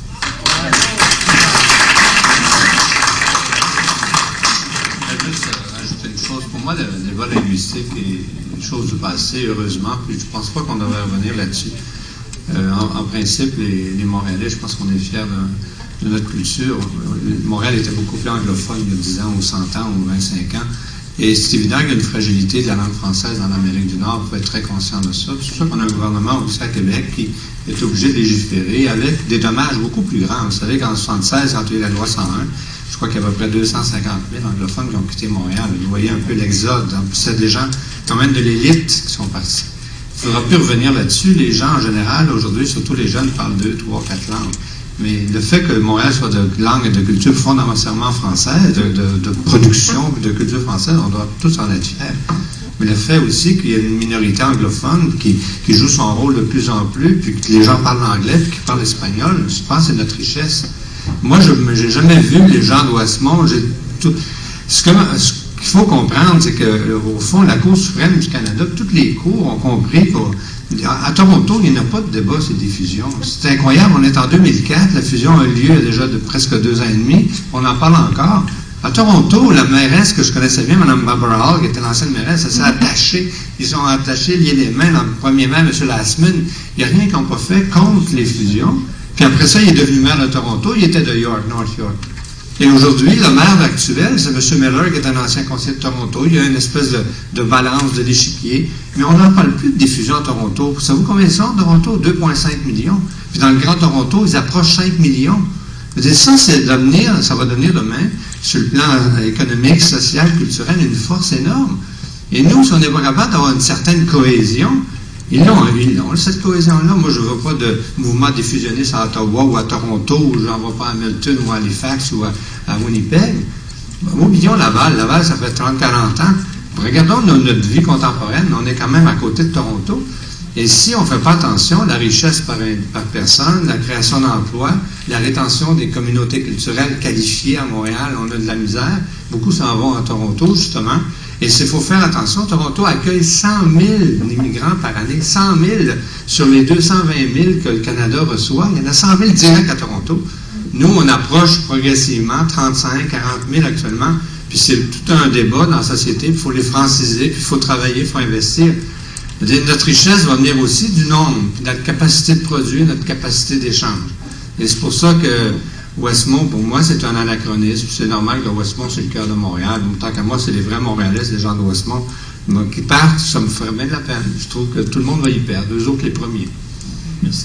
Je vais juste ajouter une chose. Pour moi, le débat linguistique est une chose du passé, heureusement, puis je ne pense pas qu'on devrait revenir là-dessus. Euh, en, en principe, les, les Montréalais, je pense qu'on est fiers de, de notre culture. Montréal était beaucoup plus anglophone il y a dix ans, ou cent ans, ou vingt-cinq ans. Et c'est évident qu'il y a une fragilité de la langue française dans l'Amérique du Nord. Il faut être très conscient de ça. C'est pour ça qu'on a un gouvernement aussi à Québec qui est obligé de légiférer avec des dommages beaucoup plus grands. Vous savez qu'en soixante-seize, quand il y a eu la loi cent un, je crois qu'il y a à peu près deux cent cinquante mille anglophones qui ont quitté Montréal. Vous voyez un peu l'exode. C'est des gens, quand même, de l'élite qui sont partis. Il ne faudra plus revenir là-dessus. Les gens, en général, aujourd'hui, surtout les jeunes, parlent deux, trois, quatre langues. Mais le fait que Montréal soit de langue et de culture fondamentalement française, de, de, de production de culture française, on doit tous en être fiers. Mais le fait aussi qu'il y a une minorité anglophone qui, qui joue son rôle de plus en plus, puis que les gens parlent anglais, puis qu'ils parlent espagnol, je pense que c'est notre richesse. Moi, je n'ai jamais vu les gens de Westmont. Tout, ce, que, ce qu'il faut comprendre, c'est qu'au fond, la Cour suprême du Canada, toutes les cours ont compris qu'à à Toronto, il n'y a pas de débat sur des fusions. C'est incroyable, on est en deux mille quatre, la fusion a eu lieu il y a déjà de presque deux ans et demi, on en parle encore. À Toronto, la mairesse que je connaissais bien, Mme Barbara Hall, qui était l'ancienne mairesse, elle s'est attachée. Ils sont attachés, liés les mains. Dans le premier maire, M. Lassman, il n'y a rien qu'ils n'ont pas fait contre les fusions. Puis après ça, il est devenu maire de Toronto. Il était de York, North York. Et aujourd'hui, le maire actuel, c'est M. Miller, qui est un ancien conseiller de Toronto. Il y a une espèce de, de balance de l'échiquier. Mais on n'en parle plus de diffusion à Toronto. Savez-vous combien ils sont, Toronto? deux virgule cinq millions. Puis dans le Grand Toronto, ils approchent cinq millions. Ça, c'est devenir, ça va devenir demain, sur le plan économique, social, culturel, une force énorme. Et nous, si on n'est pas capable d'avoir une certaine cohésion, ils l'ont, ils l'ont, cette cohésion-là. Moi, je ne veux pas de mouvement diffusionniste à Ottawa ou à Toronto, ou je n'en vais pas à Hamilton ou à Halifax ou à, à Winnipeg. Oublions Laval. Laval, ça fait trente à quarante ans. Regardons notre vie contemporaine, on est quand même à côté de Toronto. Et si on ne fait pas attention, la richesse par, par personne, la création d'emplois, la rétention des communautés culturelles qualifiées à Montréal, on a de la misère. Beaucoup s'en vont à Toronto, justement. Et il faut faire attention. Toronto accueille cent mille immigrants par année. cent mille sur les deux cent vingt mille que le Canada reçoit. Il y en a cent mille directs à Toronto. Nous, on approche progressivement trente-cinq, quarante mille actuellement. Puis c'est tout un débat dans la société. Il faut les franciser, puis il faut travailler, il faut investir. Notre richesse va venir aussi du nombre, notre capacité de produire, notre capacité d'échange. Et c'est pour ça que Westmont, pour moi, c'est un anachronisme. C'est normal que Westmont, c'est le cœur de Montréal. Tant qu'à moi, c'est les vrais Montréalais, c'est les gens de Westmont qui partent, ça me ferait bien de la peine. Je trouve que tout le monde va y perdre, eux autres les premiers. Merci.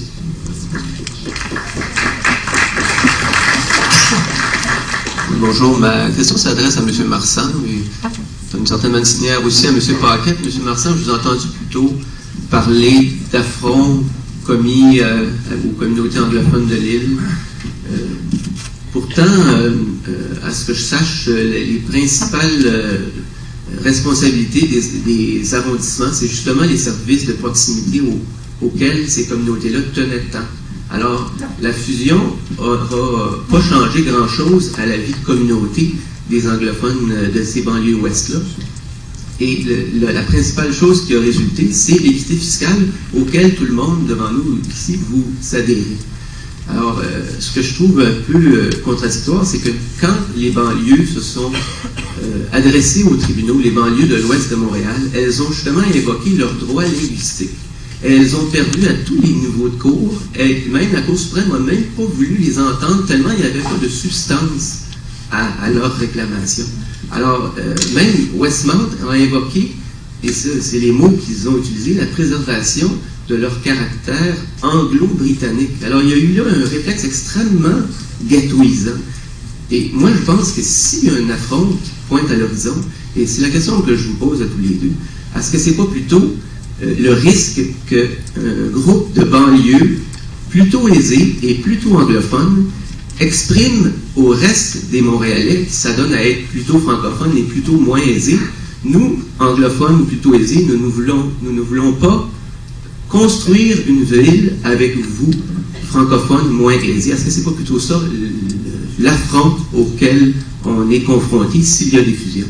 Bonjour, ma question s'adresse à M. Marsan. D'une certaine manière aussi à M. Paquette. M. Marsan, je vous ai entendu plutôt parler d'affronts commis euh, aux communautés anglophones de l'île. Euh, pourtant, euh, euh, à ce que je sache, les, les principales euh, responsabilités des, des arrondissements, c'est justement les services de proximité au, auxquels ces communautés-là tenaient tant. Alors, la fusion n'aura pas changé grand-chose à la vie de communauté des anglophones de ces banlieues ouest-là. Et le, le, la principale chose qui a résulté, c'est l'équité fiscale auquel tout le monde devant nous ici vous adhérez. Alors, euh, ce que je trouve un peu euh, contradictoire, c'est que quand les banlieues se sont euh, adressées aux tribunaux, les banlieues de l'ouest de Montréal, elles ont justement évoqué leurs droits linguistiques. Elles ont perdu à tous les niveaux de cour, et même la Cour suprême n'a même pas voulu les entendre tellement il n'y avait pas de substance à, à leur réclamation. Alors, euh, même Westmont a invoqué, et ça, c'est les mots qu'ils ont utilisés, la préservation de leur caractère anglo-britannique. Alors, il y a eu là un réflexe extrêmement ghettoisant. Et moi, je pense que s'il y a un affront qui pointe à l'horizon, et c'est la question que je vous pose à tous les deux, est-ce que c'est pas plutôt euh, le risque qu'un groupe de banlieues plutôt aisés et plutôt anglophones exprime au reste des Montréalais qui s'adonnent à être plutôt francophones et plutôt moins aisés? Nous, anglophones plutôt aisés, nous ne voulons, nous ne voulons pas construire une ville avec vous, francophones moins aisés. Est-ce que c'est pas plutôt ça l'affront auquel on est confronté s'il y a des fusions?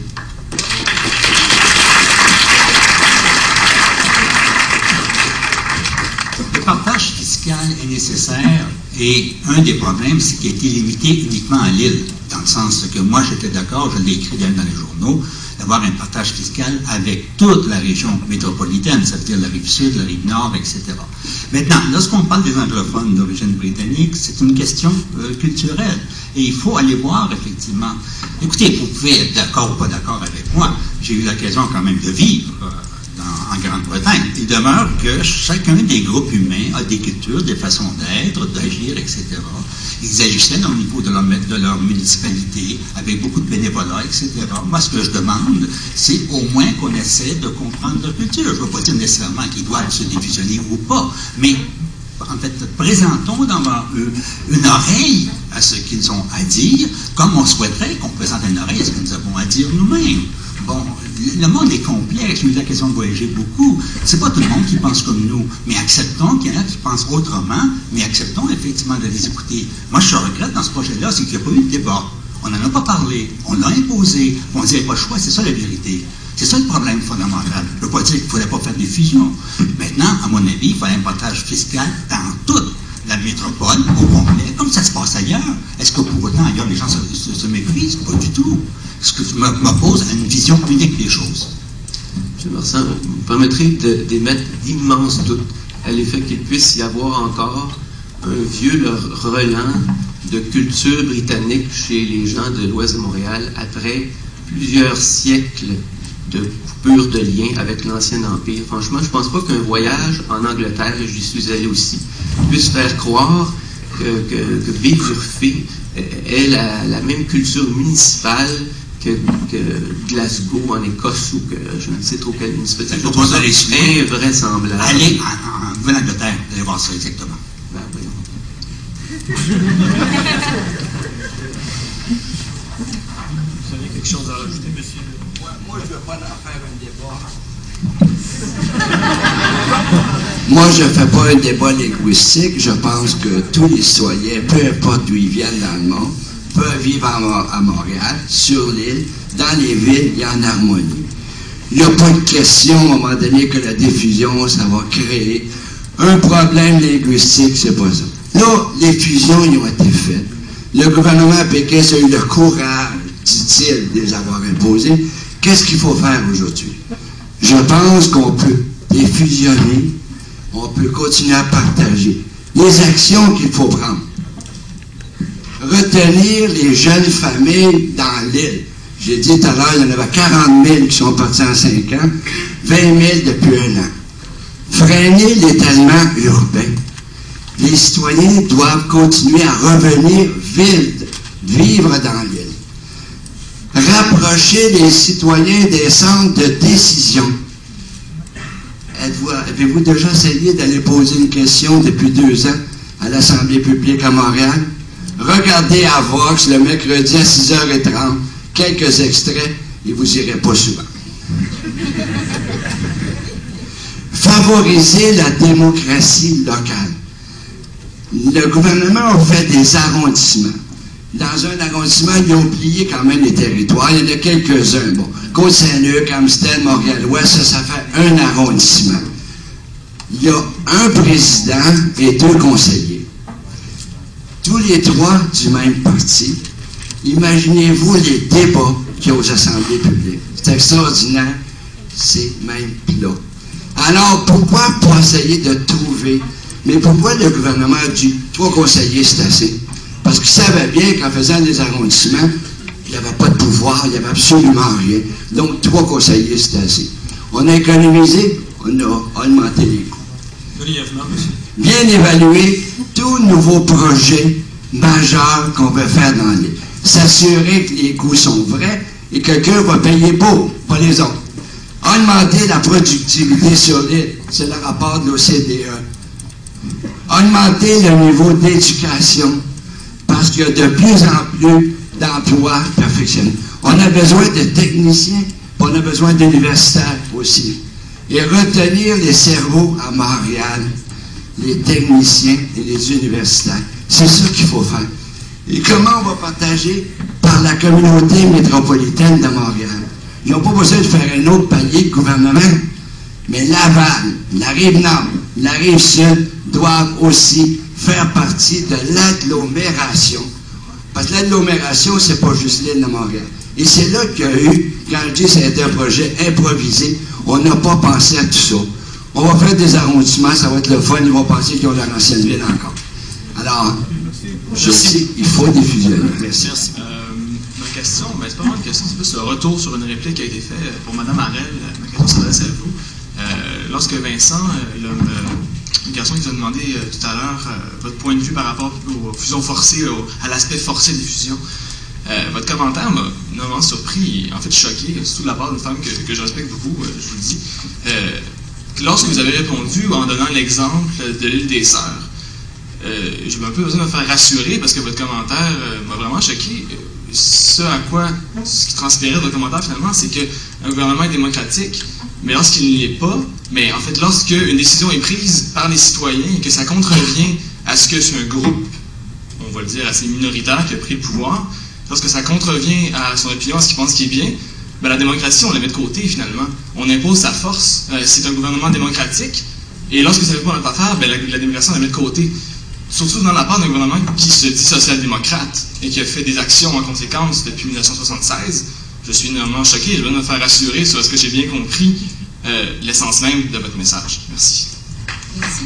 Le partage fiscal est nécessaire et un des problèmes, c'est qu'il a été limité uniquement à l'île, dans le sens que moi j'étais d'accord, je l'ai écrit dans les journaux, d'avoir un partage fiscal avec toute la région métropolitaine, ça veut dire la rive sud, la rive nord, et cetera. Maintenant, lorsqu'on parle des anglophones d'origine britannique, c'est une question euh, culturelle. Et il faut aller voir, effectivement. Écoutez, vous pouvez être d'accord ou pas d'accord avec moi. J'ai eu l'occasion quand même de vivre euh, dans, en Grande-Bretagne. Il demeure que chacun des groupes humains a des cultures, des façons d'être, d'agir, et cetera. Ils agissaient au niveau de leur, de leur municipalité, avec beaucoup de bénévolat, et cetera. Moi, ce que je demande, c'est au moins qu'on essaie de comprendre leur culture. Je ne veux pas dire nécessairement qu'ils doivent se divisionner ou pas, mais en fait, présentons devant eux une oreille à ce qu'ils ont à dire, comme on souhaiterait qu'on présente une oreille à ce que nous avons à dire nous-mêmes. Bon, le monde est complexe, je me dis la question de voyager beaucoup. C'est pas tout le monde qui pense comme nous, mais acceptons qu'il y en a qui pensent autrement, mais acceptons effectivement de les écouter. Moi, je regrette dans ce projet-là, c'est qu'il n'y a pas eu de débat. On n'en a pas parlé, on l'a imposé, on ne disait pas le choix, c'est ça la vérité. C'est ça le problème fondamental. Je ne veux pas dire qu'il ne faudrait pas faire des fusions. Maintenant, à mon avis, il faut un partage fiscal dans toute la métropole au complet, comme ça se passe ailleurs. Est-ce que pour autant, ailleurs, les gens se, se, se méprisent? Pas du tout. Ce que je m'oppose à une vision unique des choses. M. Marsan, vous me permettrez d'émettre d'immenses doutes à l'effet qu'il puisse y avoir encore un vieux relent de culture britannique chez les gens de l'ouest de Montréal après plusieurs siècles de coupure de lien avec l'ancien empire. Franchement, je ne pense pas qu'un voyage en Angleterre, et j'y suis allé aussi, puisse faire croire que, que, que Baie-D'Urfé ait la, la même culture municipale que, que Glasgow en Écosse ou que je ne sais trop quelle municipalité. Je propose d'aller suivre. Invraisemblable. Allez en, en, en Angleterre, vous allez voir ça exactement. Ben, voyons. Vous avez quelque chose à rajouter, monsieur? Moi, je ne veux pas en faire un débat. Moi, je ne fais pas un débat linguistique. Je pense que tous les citoyens, peu importe d'où ils viennent dans le monde, peuvent vivre à, à Montréal, sur l'île, dans les villes et en harmonie. Il n'y a pas de question, à un moment donné, que la diffusion, ça va créer un problème linguistique, c'est pas ça. Là, les fusions, ils ont été faites. Le gouvernement péquiste a eu le courage, dit-il, de les avoir imposées. Qu'est-ce qu'il faut faire aujourd'hui? Je pense qu'on peut les fusionner, on peut continuer à partager. Les actions qu'il faut prendre. Retenir les jeunes familles dans l'île. J'ai dit tout à l'heure, il y en avait quarante mille qui sont partis en cinq ans, vingt mille depuis un an. Freiner l'étalement urbain. Les citoyens doivent continuer à revenir vivre, vivre dans l'île. Rapprocher les citoyens des centres de décision. Avez-vous déjà essayé d'aller poser une question depuis deux ans à l'Assemblée publique à Montréal? Regardez à Vox le mercredi à six heures trente, quelques extraits, et vous irez pas souvent. Favoriser la démocratie locale. Le gouvernement a fait des arrondissements. Dans un arrondissement, ils ont oublié quand même les territoires. Il y en a quelques-uns. Bon, Côte-Saint-Luc, Amstel, Montréal-Ouest, ça, ça fait un arrondissement. Il y a un président et deux conseillers. Tous les trois du même parti. Imaginez-vous les débats qu'il y a aux assemblées publiques. C'est extraordinaire. C'est même plat. Alors, pourquoi pas essayer de trouver... Mais pourquoi le gouvernement a dit trois conseillers, c'est assez? Parce qu'il savait bien qu'en faisant des arrondissements, il n'y avait pas de pouvoir, il n'y avait absolument rien. Donc, trois conseillers, c'est assez. On a économisé, on a augmenté les coûts. Brièvement, monsieur. Bien évaluer tout nouveau projet majeur qu'on veut faire dans l'île. S'assurer que les coûts sont vrais et que quelqu'un va payer pour, pas les autres. Augmenter la productivité sur l'île, c'est le rapport de l'O C D E. Augmenter le niveau d'éducation, parce qu'il y a de plus en plus d'emplois perfectionnés. On a besoin de techniciens, on a besoin d'universitaires aussi. Et retenir les cerveaux à Montréal, les techniciens et les universitaires. C'est ça qu'il faut faire. Et comment on va partager? Par la communauté métropolitaine de Montréal. Ils n'ont pas besoin de faire un autre palier de gouvernement, mais Laval, la Rive-Nord, la Rive-Sud doivent aussi faire partie de l'agglomération. Parce que l'agglomération, c'est pas juste l'île de Montréal. Et c'est là qu'il y a eu, quand je dis que c'était un projet improvisé, on n'a pas pensé à tout ça. On va faire des arrondissements, ça va être le fun, ils vont penser qu'ils ont leur ancienne ville encore. Alors, je sais, il faut des fusionner. Merci. Merci. Euh, ma question, ben, c'est pas vraiment une question, c'est plus un retour sur une réplique qui a été faite pour Mme Harel. Ma question s'adresse à vous. Euh, lorsque Vincent, euh, l'homme, euh, une garçon qui vous a demandé euh, tout à l'heure euh, votre point de vue par rapport aux fusions forcées, au, à l'aspect forcé des fusions, euh, votre commentaire m'a énormément surpris, en fait choqué, surtout de la part d'une femme que, que je respecte beaucoup, euh, je vous le dis. Euh, lorsque vous avez répondu en donnant l'exemple de l'île des Sœurs, euh, j'ai un peu besoin de me faire rassurer parce que votre commentaire euh, m'a vraiment choqué. Ce à quoi, ce qui transpirait de votre commentaire finalement, c'est qu'un gouvernement est démocratique, mais lorsqu'il ne l'est pas, mais en fait, lorsque une décision est prise par les citoyens et que ça contrevient à ce que c'est un groupe, on va le dire, assez minoritaire qui a pris le pouvoir, lorsque ça contrevient à son opinion, à ce qu'il pense qui est bien, ben la démocratie, on la met de côté finalement. On impose sa force. Euh, c'est un gouvernement démocratique, et lorsque ça ne fait pas notre affaire, ben la, la démocratie, on la met de côté. Surtout dans la part d'un gouvernement qui se dit social-démocrate et qui a fait des actions en conséquence depuis mille neuf cent soixante-seize. Je suis énormément choqué et je veux me faire rassurer sur ce que j'ai bien compris euh, l'essence même de votre message. Merci. Merci.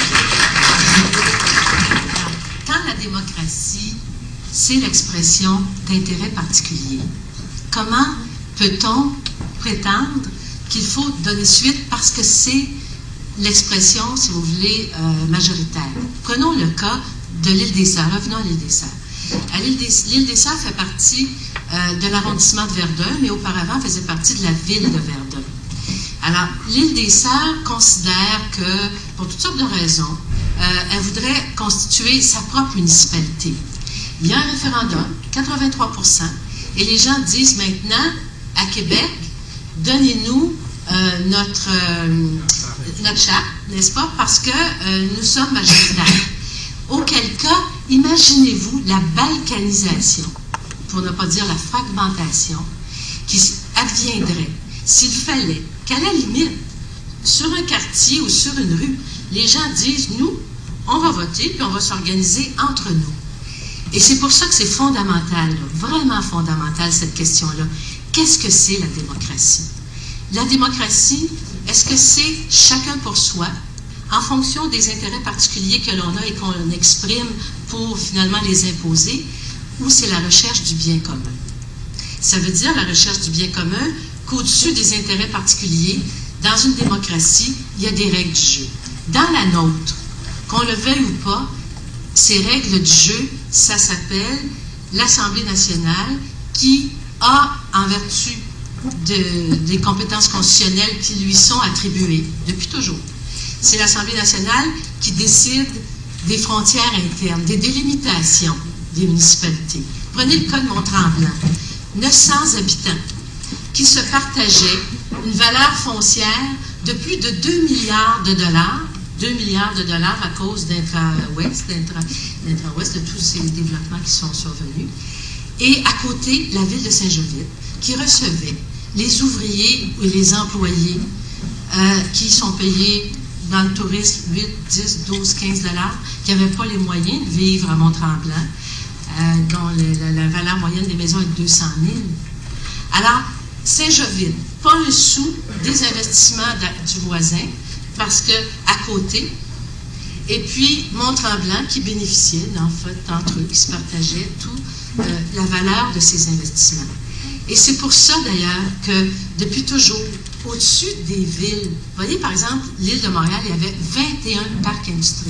Quand la démocratie, c'est l'expression d'intérêts particuliers, comment peut-on prétendre qu'il faut donner suite parce que c'est l'expression, si vous voulez, euh, majoritaire? Prenons le cas de l'île des Sœurs. Revenons à l'île des Sœurs. À l'île des, l'île des Sœurs fait partie euh, de l'arrondissement de Verdun, mais auparavant faisait partie de la ville de Verdun. Alors, l'île des Sœurs considère que, pour toutes sortes de raisons, euh, elle voudrait constituer sa propre municipalité. Il y a un référendum, quatre-vingt-trois pour cent, et les gens disent maintenant, à Québec, donnez-nous euh, notre, euh, notre charte, n'est-ce pas, parce que euh, nous sommes majoritaires. Auquel cas, imaginez-vous la balkanisation, pour ne pas dire la fragmentation, qui adviendrait s'il fallait qu'à la limite, sur un quartier ou sur une rue, les gens disent, nous, on va voter, puis on va s'organiser entre nous. Et c'est pour ça que c'est fondamental, là, vraiment fondamental, cette question-là. Qu'est-ce que c'est la démocratie? La démocratie, est-ce que c'est chacun pour soi, en fonction des intérêts particuliers que l'on a et qu'on exprime pour finalement les imposer, ou c'est la recherche du bien commun? Ça veut dire la recherche du bien commun qu'au-dessus des intérêts particuliers, dans une démocratie, il y a des règles du jeu. Dans la nôtre, qu'on le veuille ou pas, ces règles du jeu, ça s'appelle l'Assemblée nationale qui a, en vertu de, des compétences constitutionnelles qui lui sont attribuées depuis toujours, c'est l'Assemblée nationale qui décide des frontières internes, des délimitations des municipalités. Prenez le cas de Mont-Tremblant, neuf cents habitants qui se partageaient une valeur foncière de plus de deux milliards de dollars, deux milliards de dollars à cause d'intra-ouest, d'intra-ouest, de tous ces développements qui sont survenus. Et à côté, la ville de Saint-Jovite, qui recevait les ouvriers et les employés euh, qui sont payés dans le tourisme huit, dix, douze, quinze dollars, qui n'avaient pas les moyens de vivre à Mont-Tremblant, euh, dont le, la, la valeur moyenne des maisons est de deux cent mille. Alors, Saint-Jovite, pas un sou des investissements du voisin, parce que à côté, et puis Mont-Tremblant qui bénéficiait, en fait, entre eux, qui se partageaient toute euh, la valeur de ces investissements. Et c'est pour ça, d'ailleurs, que depuis toujours, au-dessus des villes, vous voyez, par exemple, l'île de Montréal, il y avait vingt et un parcs industriels.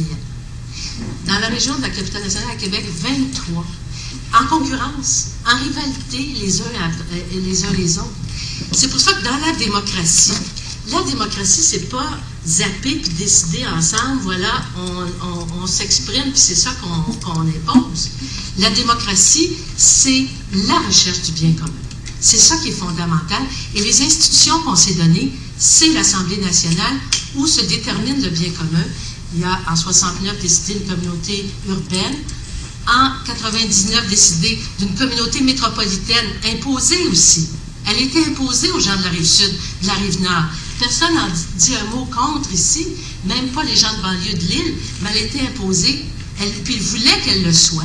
Dans la région de la capitale nationale, à Québec, vingt-trois. En concurrence, en rivalité les uns, euh, les uns les autres. C'est pour ça que dans la démocratie, la démocratie, c'est pas zapper puis décider ensemble, voilà, on, on, on s'exprime puis c'est ça qu'on qu'on impose. La démocratie, c'est la recherche du bien commun. C'est ça qui est fondamental. Et les institutions qu'on s'est données, c'est l'Assemblée nationale où se détermine le bien commun. Il y a en soixante-neuf décidé une communauté urbaine, en quatre-vingt-dix-neuf décidé d'une communauté métropolitaine imposée aussi. Elle était imposée aux gens de la Rive-Sud, de la Rive-Nord. Personne n'en dit un mot contre ici, même pas les gens de banlieue de l'île, mais elle était imposée, elle, puis ils voulaient qu'elle le soit.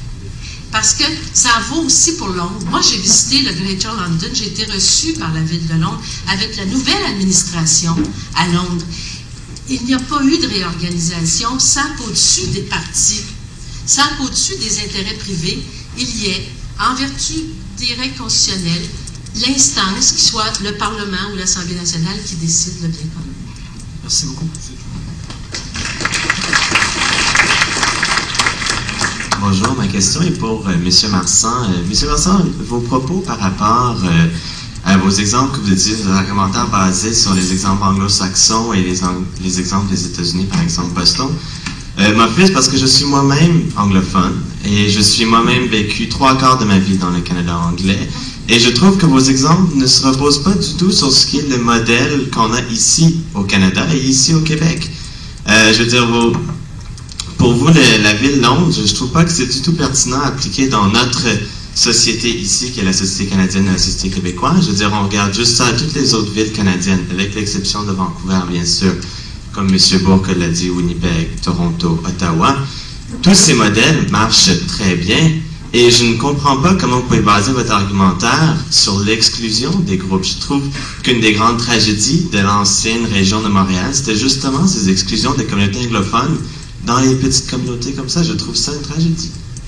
Parce que ça vaut aussi pour Londres. Moi, j'ai visité le Greater London, j'ai été reçue par la ville de Londres avec la nouvelle administration à Londres. Il n'y a pas eu de réorganisation sans qu'au-dessus des partis, sans qu'au-dessus des intérêts privés, il y ait, en vertu des règles constitutionnelles, l'instance qui soit le Parlement ou l'Assemblée nationale qui décide le bien commun. Merci beaucoup. Bonjour, ma question est pour euh, M. Marsan. Euh, M. Marsan, vos propos par rapport euh, à vos exemples que vous dites, un commentaire basé sur les exemples anglo-saxons et les, ang les exemples des États-Unis, par exemple Boston, euh, m'a plu parce que je suis moi-même anglophone et je suis moi-même vécu trois quarts de ma vie dans le Canada anglais. Et je trouve que vos exemples ne se reposent pas du tout sur ce qui est le modèle qu'on a ici au Canada et ici au Québec. Euh, je veux dire, vos, pour vous, le, la ville Londres, je ne trouve pas que c'est du tout pertinent à appliquer dans notre société ici, qui est la société canadienne et la société québécoise. Je veux dire, on regarde juste ça à toutes les autres villes canadiennes, avec l'exception de Vancouver, bien sûr, comme M. Bourque l'a dit, Winnipeg, Toronto, Ottawa. Tous ces modèles marchent très bien. Et je ne comprends pas comment vous pouvez baser votre argumentaire sur l'exclusion des groupes. Je trouve qu'une des grandes tragédies de l'ancienne région de Montréal, c'était justement ces exclusions des communautés anglophones dans les petites communautés comme ça. Je trouve ça une tragédie.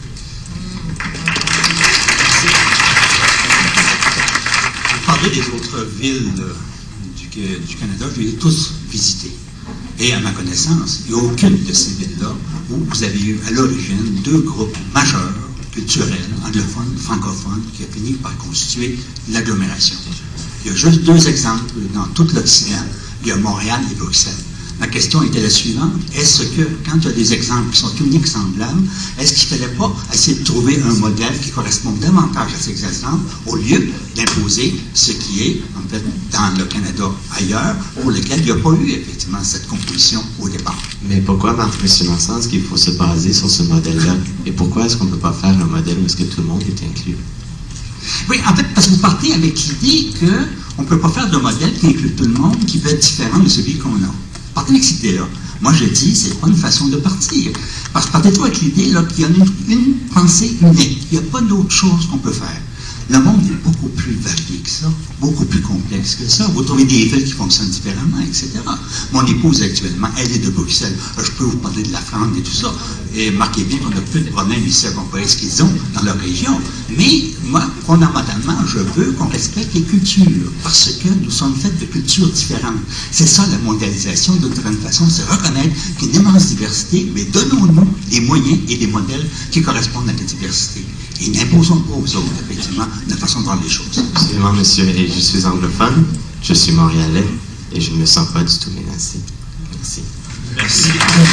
Vous parlez des autres villes du, du Canada, je les ai tous visitées. Et à ma connaissance, il n'y a aucune de ces villes-là où vous avez eu à l'origine deux groupes majeurs culturel, anglophone, francophone, qui a fini par constituer l'agglomération. Il y a juste deux exemples dans tout l'Occident. Il y a Montréal et Bruxelles. Ma question était la suivante. Est-ce que, quand il y a des exemples qui sont uniques, semblables, est-ce qu'il ne fallait pas essayer de trouver un modèle qui correspond davantage à ces exemples au lieu d'imposer ce qui est, en fait, dans le Canada ailleurs, pour lequel il n'y a pas eu, effectivement, cette composition au départ? Mais pourquoi, M. Marsan, est-ce qu'il faut se baser sur ce modèle-là? Et pourquoi est-ce qu'on ne peut pas faire un modèle où est-ce que tout le monde est inclus? Oui, en fait, parce que vous partez avec l'idée qu'on ne peut pas faire de modèle qui inclut tout le monde, qui peut être différent de celui qu'on a. Partez avec cette idée-là. Moi, je dis, c'est pas une façon de partir. Parce que partez-vous avec l'idée qu'il y a une, une pensée unique. Il n'y a pas d'autre chose qu'on peut faire. Le monde est beaucoup plus varié que ça, beaucoup plus complexe que ça. Vous trouvez des villes qui fonctionnent différemment, et cetera. Mon épouse, actuellement, elle est de Bruxelles. Je peux vous parler de la Flandre et tout ça. Et marquez bien qu'on n'a plus de problèmes ici à comparer ce qu'ils ont dans leur région. Mais moi, fondamentalement, je veux qu'on respecte les cultures, parce que nous sommes faits de cultures différentes. C'est ça la mondialisation, d'une certaine façon, c'est reconnaître qu'il y a une immense diversité, mais donnons-nous les moyens et les modèles qui correspondent à cette diversité. Et n'imposons pas aux autres, effectivement, notre façon de voir les choses. Absolument, monsieur. Et je suis anglophone, je suis montréalais, et je ne me sens pas du tout menacé. Merci. Merci.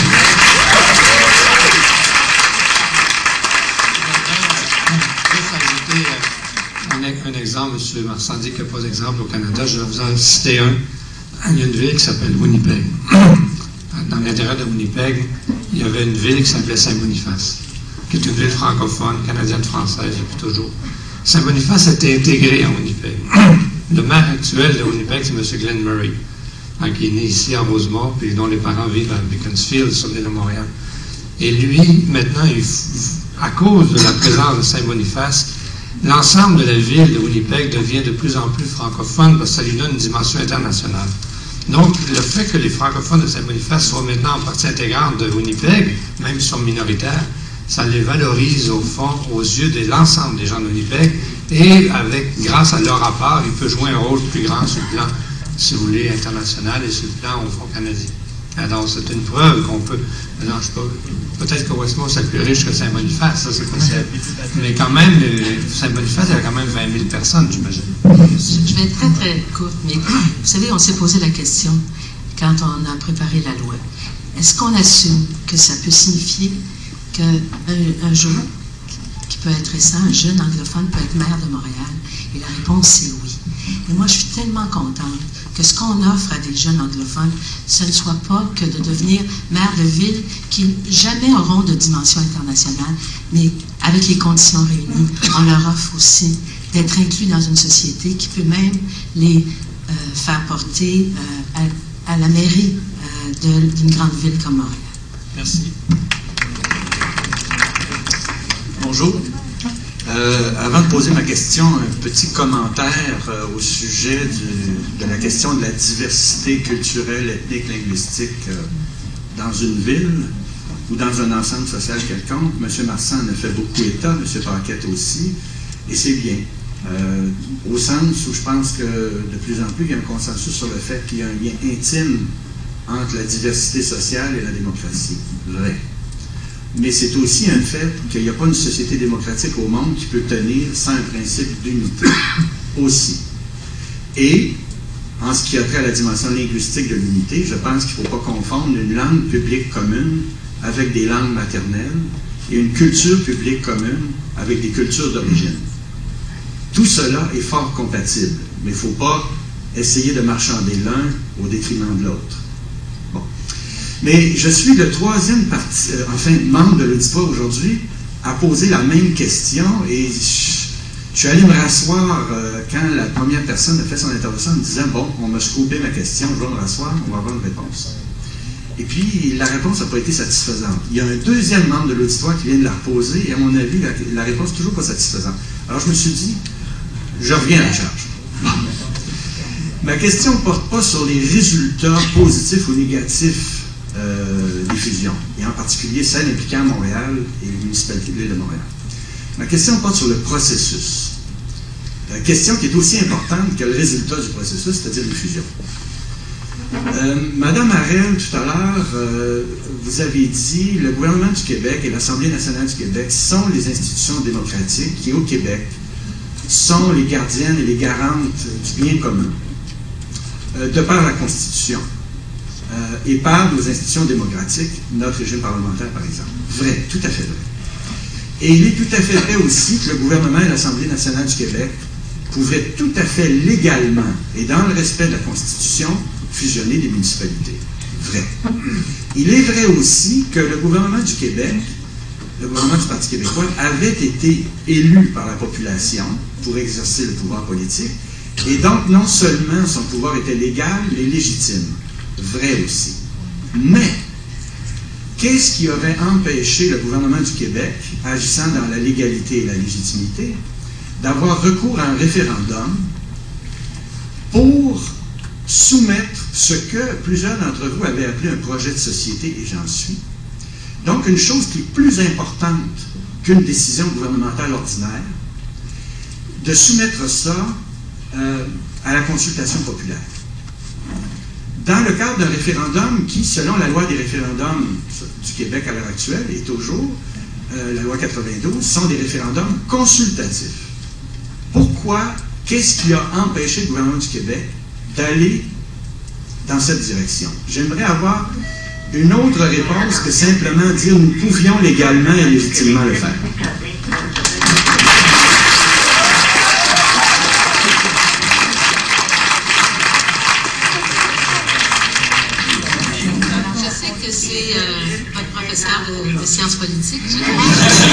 Un, un exemple, M. Marsan dit qu'il n'y a pas d'exemple au Canada. Je vais vous en citer un. Il y a une ville qui s'appelle Winnipeg. Dans l'intérieur de Winnipeg, il y avait une ville qui s'appelait Saint-Boniface, qui est une ville francophone, canadienne-française depuis toujours. Saint-Boniface a été intégré en Winnipeg. Le maire actuel de Winnipeg, c'est M. Glenn Murray, hein, qui est né ici à Rosemont, puis dont les parents vivent à Beaconsfield, sur l'île de Montréal. Et lui, maintenant, il, à cause de la présence de Saint-Boniface, l'ensemble de la ville de Winnipeg devient de plus en plus francophone parce que ça lui donne une dimension internationale. Donc, le fait que les francophones de Saint-Boniface soient maintenant en partie intégrante de Winnipeg, même s'ils sont minoritaires, ça les valorise au fond aux yeux de l'ensemble des gens de Winnipeg et avec, grâce à leur rapport, il peut jouer un rôle plus grand sur le plan, si vous voulez, international et sur le plan au fond canadien. Alors, c'est une preuve qu'on peut... Non, je sais pas, peut-être que Westmount, c'est plus riche que Saint-Boniface, ça c'est possible. Mais quand même, Saint-Boniface, il y a quand même vingt mille personnes, j'imagine. Je vais être très, très courte, mais vous savez, on s'est posé la question quand on a préparé la loi. Est-ce qu'on assume que ça peut signifier qu'un un jour, qui peut être récent, un jeune anglophone peut être maire de Montréal? Et la réponse, c'est oui. Et moi, je suis tellement contente que ce qu'on offre à des jeunes anglophones, ce ne soit pas que de devenir maire de ville qui jamais auront de dimension internationale, mais avec les conditions réunies, on leur offre aussi d'être inclus dans une société qui peut même les euh, faire porter euh, à, à la mairie euh, d'une grande ville comme Montréal. Merci. Bonjour. Euh, avant de poser ma question, un petit commentaire euh, au sujet du, de la question de la diversité culturelle, ethnique, linguistique euh, dans une ville ou dans un ensemble social quelconque. M. Marsan en a fait beaucoup état, M. Paquette aussi, et c'est bien. Euh, au sens où je pense que de plus en plus, il y a un consensus sur le fait qu'il y a un lien intime entre la diversité sociale et la démocratie. Vrai. Mais c'est aussi un fait qu'il n'y a pas une société démocratique au monde qui peut tenir sans un principe d'unité aussi. Et, en ce qui a trait à la dimension linguistique de l'unité, je pense qu'il ne faut pas confondre une langue publique commune avec des langues maternelles et une culture publique commune avec des cultures d'origine. Tout cela est fort compatible, mais il ne faut pas essayer de marchander l'un au détriment de l'autre. Bon. Mais je suis le troisième parti, euh, enfin, membre de l'auditoire aujourd'hui à poser la même question et je, je suis allé me rasseoir euh, quand la première personne a fait son intervention en me disant « Bon, on m'a scoopé ma question, je vais me rasseoir, on va avoir une réponse. » Et puis, la réponse n'a pas été satisfaisante. Il y a un deuxième membre de l'auditoire qui vient de la reposer et à mon avis, la, la réponse n'est toujours pas satisfaisante. Alors, je me suis dit, je reviens à la charge. Ma question ne porte pas sur les résultats positifs ou négatifs euh, des fusions, et en particulier celles impliquant Montréal et les municipalités de l'île de Montréal. Ma question porte sur le processus. La question qui est aussi importante que le résultat du processus, c'est-à-dire les fusions. Euh, Madame Harel, tout à l'heure, euh, vous avez dit le gouvernement du Québec et l'Assemblée nationale du Québec sont les institutions démocratiques qui, au Québec, sont les gardiennes et les garantes du bien commun, euh, de par la Constitution, euh, et par nos institutions démocratiques, notre régime parlementaire, par exemple. Vrai, tout à fait vrai. Et il est tout à fait vrai aussi que le gouvernement et l'Assemblée nationale du Québec pouvaient tout à fait légalement, et dans le respect de la Constitution, fusionner des municipalités. Vrai. Il est vrai aussi que le gouvernement du Québec, le gouvernement du Parti québécois, avait été élu par la population pour exercer le pouvoir politique, et donc non seulement son pouvoir était légal, mais légitime. Vrai aussi. Mais, qu'est-ce qui aurait empêché le gouvernement du Québec, agissant dans la légalité et la légitimité, d'avoir recours à un référendum pour soumettre ce que plusieurs d'entre vous avaient appelé un projet de société, et j'en suis. Donc, une chose qui est plus importante qu'une décision gouvernementale ordinaire, de soumettre ça euh, à la consultation populaire. Dans le cadre d'un référendum qui, selon la loi des référendums du Québec à l'heure actuelle, et toujours, euh, la loi quatre-vingt-douze, sont des référendums consultatifs. Pourquoi? Qu'est-ce qui a empêché le gouvernement du Québec d'aller dans cette direction? J'aimerais avoir une autre réponse que simplement dire nous pouvions légalement et légitimement le faire. Alors, je sais que c'est euh, votre professeur de, de sciences politiques, je crois.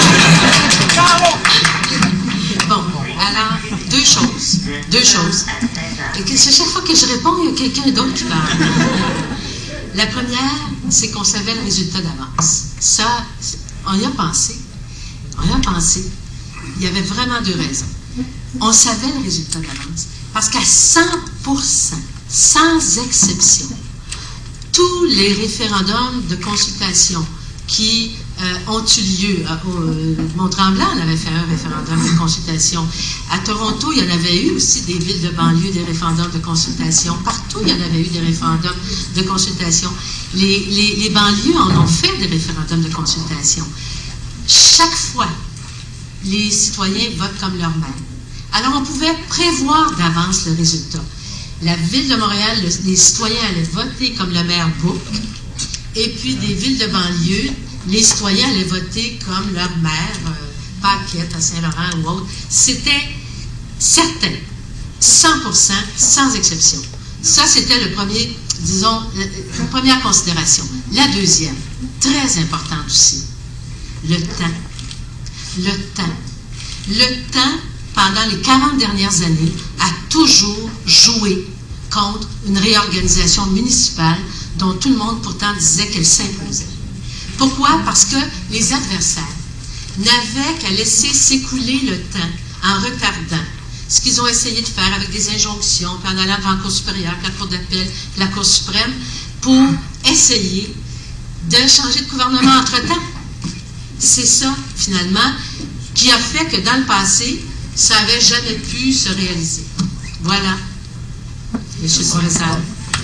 Bon, alors, deux choses. Deux choses. Et que chaque fois que je réponds, il y a quelqu'un d'autre qui parle. La première, c'est qu'on savait le résultat d'avance. Ça, on y a pensé. On y a pensé. Il y avait vraiment deux raisons. On savait le résultat d'avance. Parce qu'à cent pour cent, sans exception, tous les référendums de consultation qui euh, ont eu lieu. À, euh, Mont-Tremblant, on avait fait un référendum de consultation. À Toronto, il y en avait eu aussi des villes de banlieue, des référendums de consultation. Partout, il y en avait eu des référendums de consultation. Les, les, les banlieues en ont fait des référendums de consultation. Chaque fois, les citoyens votent comme leur maire. Alors, on pouvait prévoir d'avance le résultat. La ville de Montréal, le, les citoyens allaient voter comme le maire Bourque. Et puis, des villes de banlieue, les citoyens allaient voter comme leur maire, euh, Paquette, à Saint-Laurent ou autre. C'était certain, cent pour cent, sans exception. Ça, c'était le premier, disons, la première considération. La deuxième, très importante aussi, le temps. Le temps. Le temps, pendant les quarante dernières années, a toujours joué contre une réorganisation municipale dont tout le monde pourtant disait qu'elle s'imposait. Pourquoi? Parce que les adversaires n'avaient qu'à laisser s'écouler le temps en retardant ce qu'ils ont essayé de faire avec des injonctions, puis en allant devant la Cour supérieure, la Cour d'appel, la Cour suprême, pour essayer de changer de gouvernement entre-temps. C'est ça, finalement, qui a fait que dans le passé, ça n'avait jamais pu se réaliser. Voilà. Monsieur Sauvezal.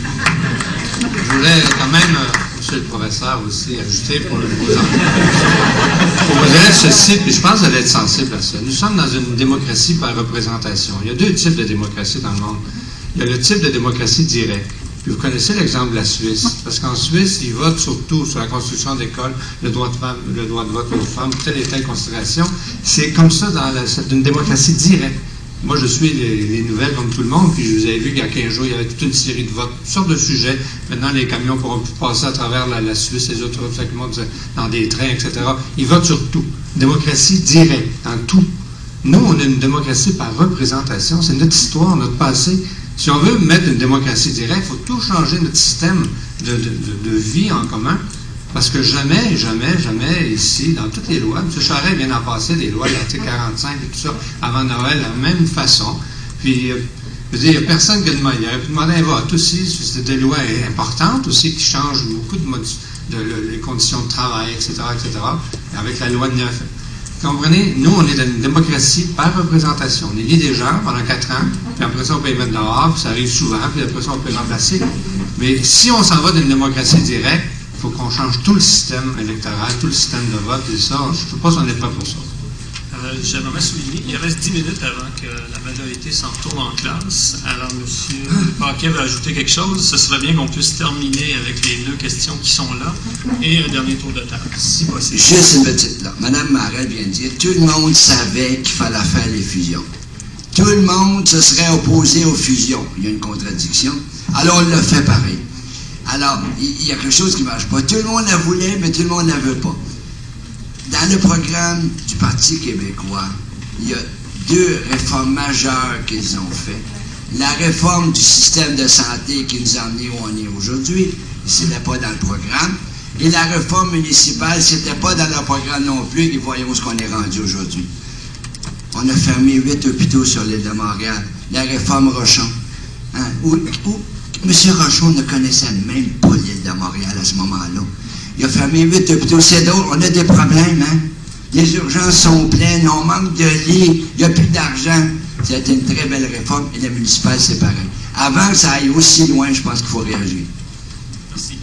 Je voulais quand même, monsieur le professeur, aussi ajouter pour le vous pour vous dire ceci, puis je pense que vous allez être sensible à ça. Nous sommes dans une démocratie par représentation. Il y a deux types de démocratie dans le monde. Il y a le type de démocratie directe. Puis vous connaissez l'exemple de la Suisse, parce qu'en Suisse, ils votent surtout sur la construction d'écoles, le droit de femme, le droit de vote aux femmes, telle et telle considération. C'est comme ça dans la, c'est une démocratie directe. Moi, je suis les, les nouvelles comme tout le monde, puis je vous avais vu qu'il y a quinze jours, il y avait toute une série de votes, toutes sortes de sujets. Maintenant, les camions pourront plus passer à travers la, la Suisse, les autres routes, dans des trains, et cetera. Ils votent sur tout. Démocratie directe, dans tout. Nous, on a une démocratie par représentation. C'est notre histoire, notre passé. Si on veut mettre une démocratie directe, il faut tout changer notre système de, de, de, de vie en commun. Parce que jamais, jamais, jamais, ici, dans toutes les lois, M. Charest vient d'en passer des lois, l'article quarante-cinq et tout ça, avant Noël, de la même façon. Puis, euh, je veux dire, il n'y a personne qui a demandé. Il aurait pu demander un vote aussi. C'est des lois importantes aussi qui changent beaucoup de, de, de les conditions de travail, et cetera, et cetera, avec la loi de neuf. Vous comprenez? Nous, on est dans une démocratie par représentation. On élit des gens pendant quatre ans, puis après ça, on peut les mettre dehors, puis ça arrive souvent, puis après ça, on peut les remplacer. Mais si on s'en va d'une démocratie directe, il faut qu'on change tout le système électoral, tout le système de vote, et ça, je ne sais pas si on est prêt pour ça. Euh, J'aimerais souligner, il reste dix minutes avant que la majorité s'en retourne en classe. Alors, M. Paquet va ajouter quelque chose. Ce serait bien qu'on puisse terminer avec les deux questions qui sont là et un dernier tour de table, si possible. Juste une petite là. Mme Marel vient de dire, tout le monde savait qu'il fallait faire les fusions. Tout le monde se serait opposé aux fusions. Il y a une contradiction. Alors, on l'a fait pareil. Alors, il y a quelque chose qui ne marche pas. Tout le monde la voulait, mais tout le monde ne la veut pas. Dans le programme du Parti québécois, il y a deux réformes majeures qu'ils ont fait. La réforme du système de santé qui nous a amenés où on est aujourd'hui, ce n'était pas dans le programme. Et la réforme municipale, ce n'était pas dans le programme non plus, et voyons ce qu'on est rendu aujourd'hui. On a fermé huit hôpitaux sur l'île de Montréal. La réforme Rochon. Hein, où, où M. Rochon ne connaissait même pas l'île de Montréal à ce moment-là. Il a fermé huit hôpitaux. C'est drôle, on a des problèmes, hein? Les urgences sont pleines, on manque de lits, il n'y a plus d'argent. C'était une très belle réforme et la municipale, c'est pareil. Avant que ça aille aussi loin, je pense qu'il faut réagir. Merci.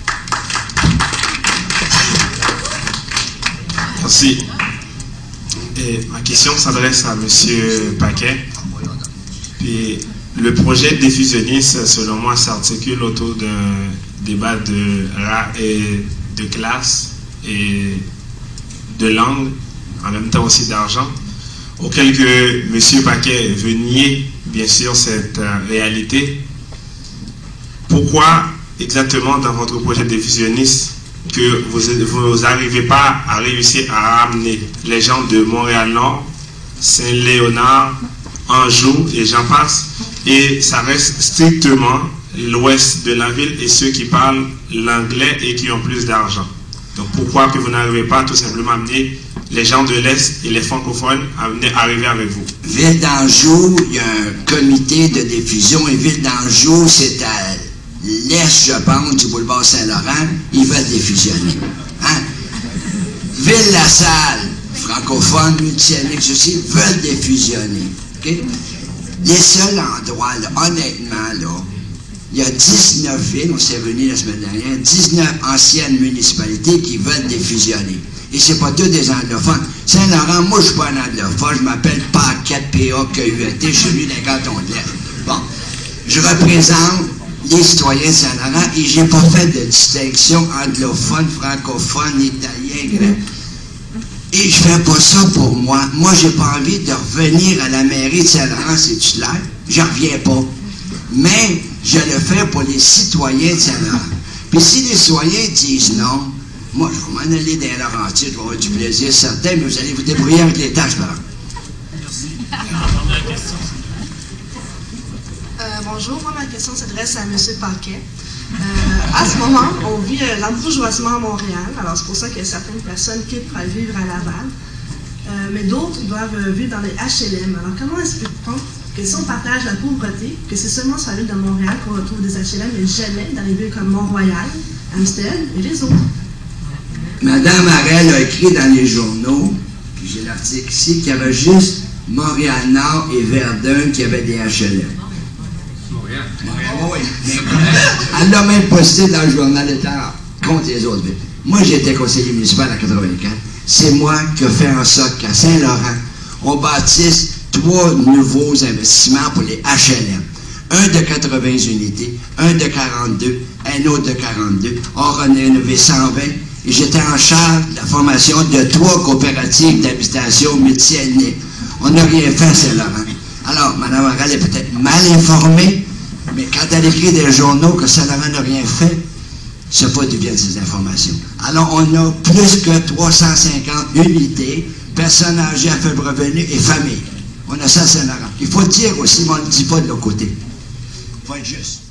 Merci. Et ma question s'adresse à M. Paquet. Puis, le projet défusionniste, selon moi, s'articule autour d'un débat de, et de classe et de langue, en même temps aussi d'argent, auquel que M. Paquet veut nier, bien sûr, cette euh, réalité. Pourquoi exactement dans votre projet défusionniste que vous n'arrivez pas à réussir à amener les gens de Montréal-Nord, Saint-Léonard, Anjou et j'en passe, et ça reste strictement l'ouest de la ville et ceux qui parlent l'anglais et qui ont plus d'argent. Donc pourquoi que vous n'arrivez pas tout simplement à amener les gens de l'Est et les francophones à venir arriver avec vous? Ville d'Anjou, il y a un comité de diffusion et Ville d'Anjou, c'est à l'est, je pense, du boulevard Saint-Laurent, ils veulent défusionner. Hein? Ville-la-Salle, francophone, multiethnique, ceci, veulent défusionner. Okay? Les seuls endroits, là, honnêtement, là, il y a dix-neuf villes, on s'est réunis la semaine dernière, dix-neuf anciennes municipalités qui veulent défusionner. Et c'est pas tous des anglophones. Saint-Laurent, moi, je suis pas un anglophone, je m'appelle Paquet, P A Q U E T, je suis venu d'un canton de l'Est. Bon, je représente les citoyens de Saint-Laurent et j'ai pas fait de distinction anglophone, francophone, italien, grec. Et je fais pas ça pour moi. Moi, j'ai pas envie de revenir à la mairie de Saint-Laurent, c'est-tu clair? Je reviens pas. Mais je le fais pour les citoyens de Saint-Laurent. Puis si les citoyens disent non, moi, je vais m'en aller dans les Laurentides, je vais avoir du plaisir certain, mais vous allez vous débrouiller avec les tâches, par exemple. Merci. Première question. Euh, bonjour, moi, ma question s'adresse à M. Paquet. Euh, à ce moment, on vit euh, l'embourgeoisement à Montréal, alors c'est pour ça que certaines personnes quittent pour aller vivre à Laval, euh, mais d'autres doivent euh, vivre dans les H L M. Alors comment explique-t-on que si on partage la pauvreté, que c'est seulement sur la ville de Montréal qu'on retrouve des H L M, mais jamais dans les villes comme Mont-Royal, Amsterdam et les autres? Madame Harel a écrit dans les journaux, puis j'ai l'article ici, qu'il y avait juste Montréal-Nord et Verdun qui avaient des H L M. Montréal. Oui. Elle l'a même posté dans le journal d'État contre les autres villes. Moi, j'étais conseiller municipal en quatre-vingt-quatre. C'est moi qui ai fait en sorte qu'à Saint-Laurent, on bâtisse trois nouveaux investissements pour les H L M. un de quatre-vingts unités, un de quarante-deux, un autre de quarante-deux. On a rénové cent vingt et j'étais en charge de la formation de trois coopératives d'habitation multi-années. On n'a rien fait à Saint-Laurent. Alors, Mme Morel est peut-être mal informée, mais quand elle écrit des journaux que Saint-Laurent n'a rien fait, je ne sais pas d'où viennent ces informations. Alors, on a plus que trois cent cinquante unités, personnes âgées à faible revenu et familles. On a ça à Saint-Laurent. Il faut le dire aussi, mais on ne le dit pas de l'autre côté. Il faut être juste.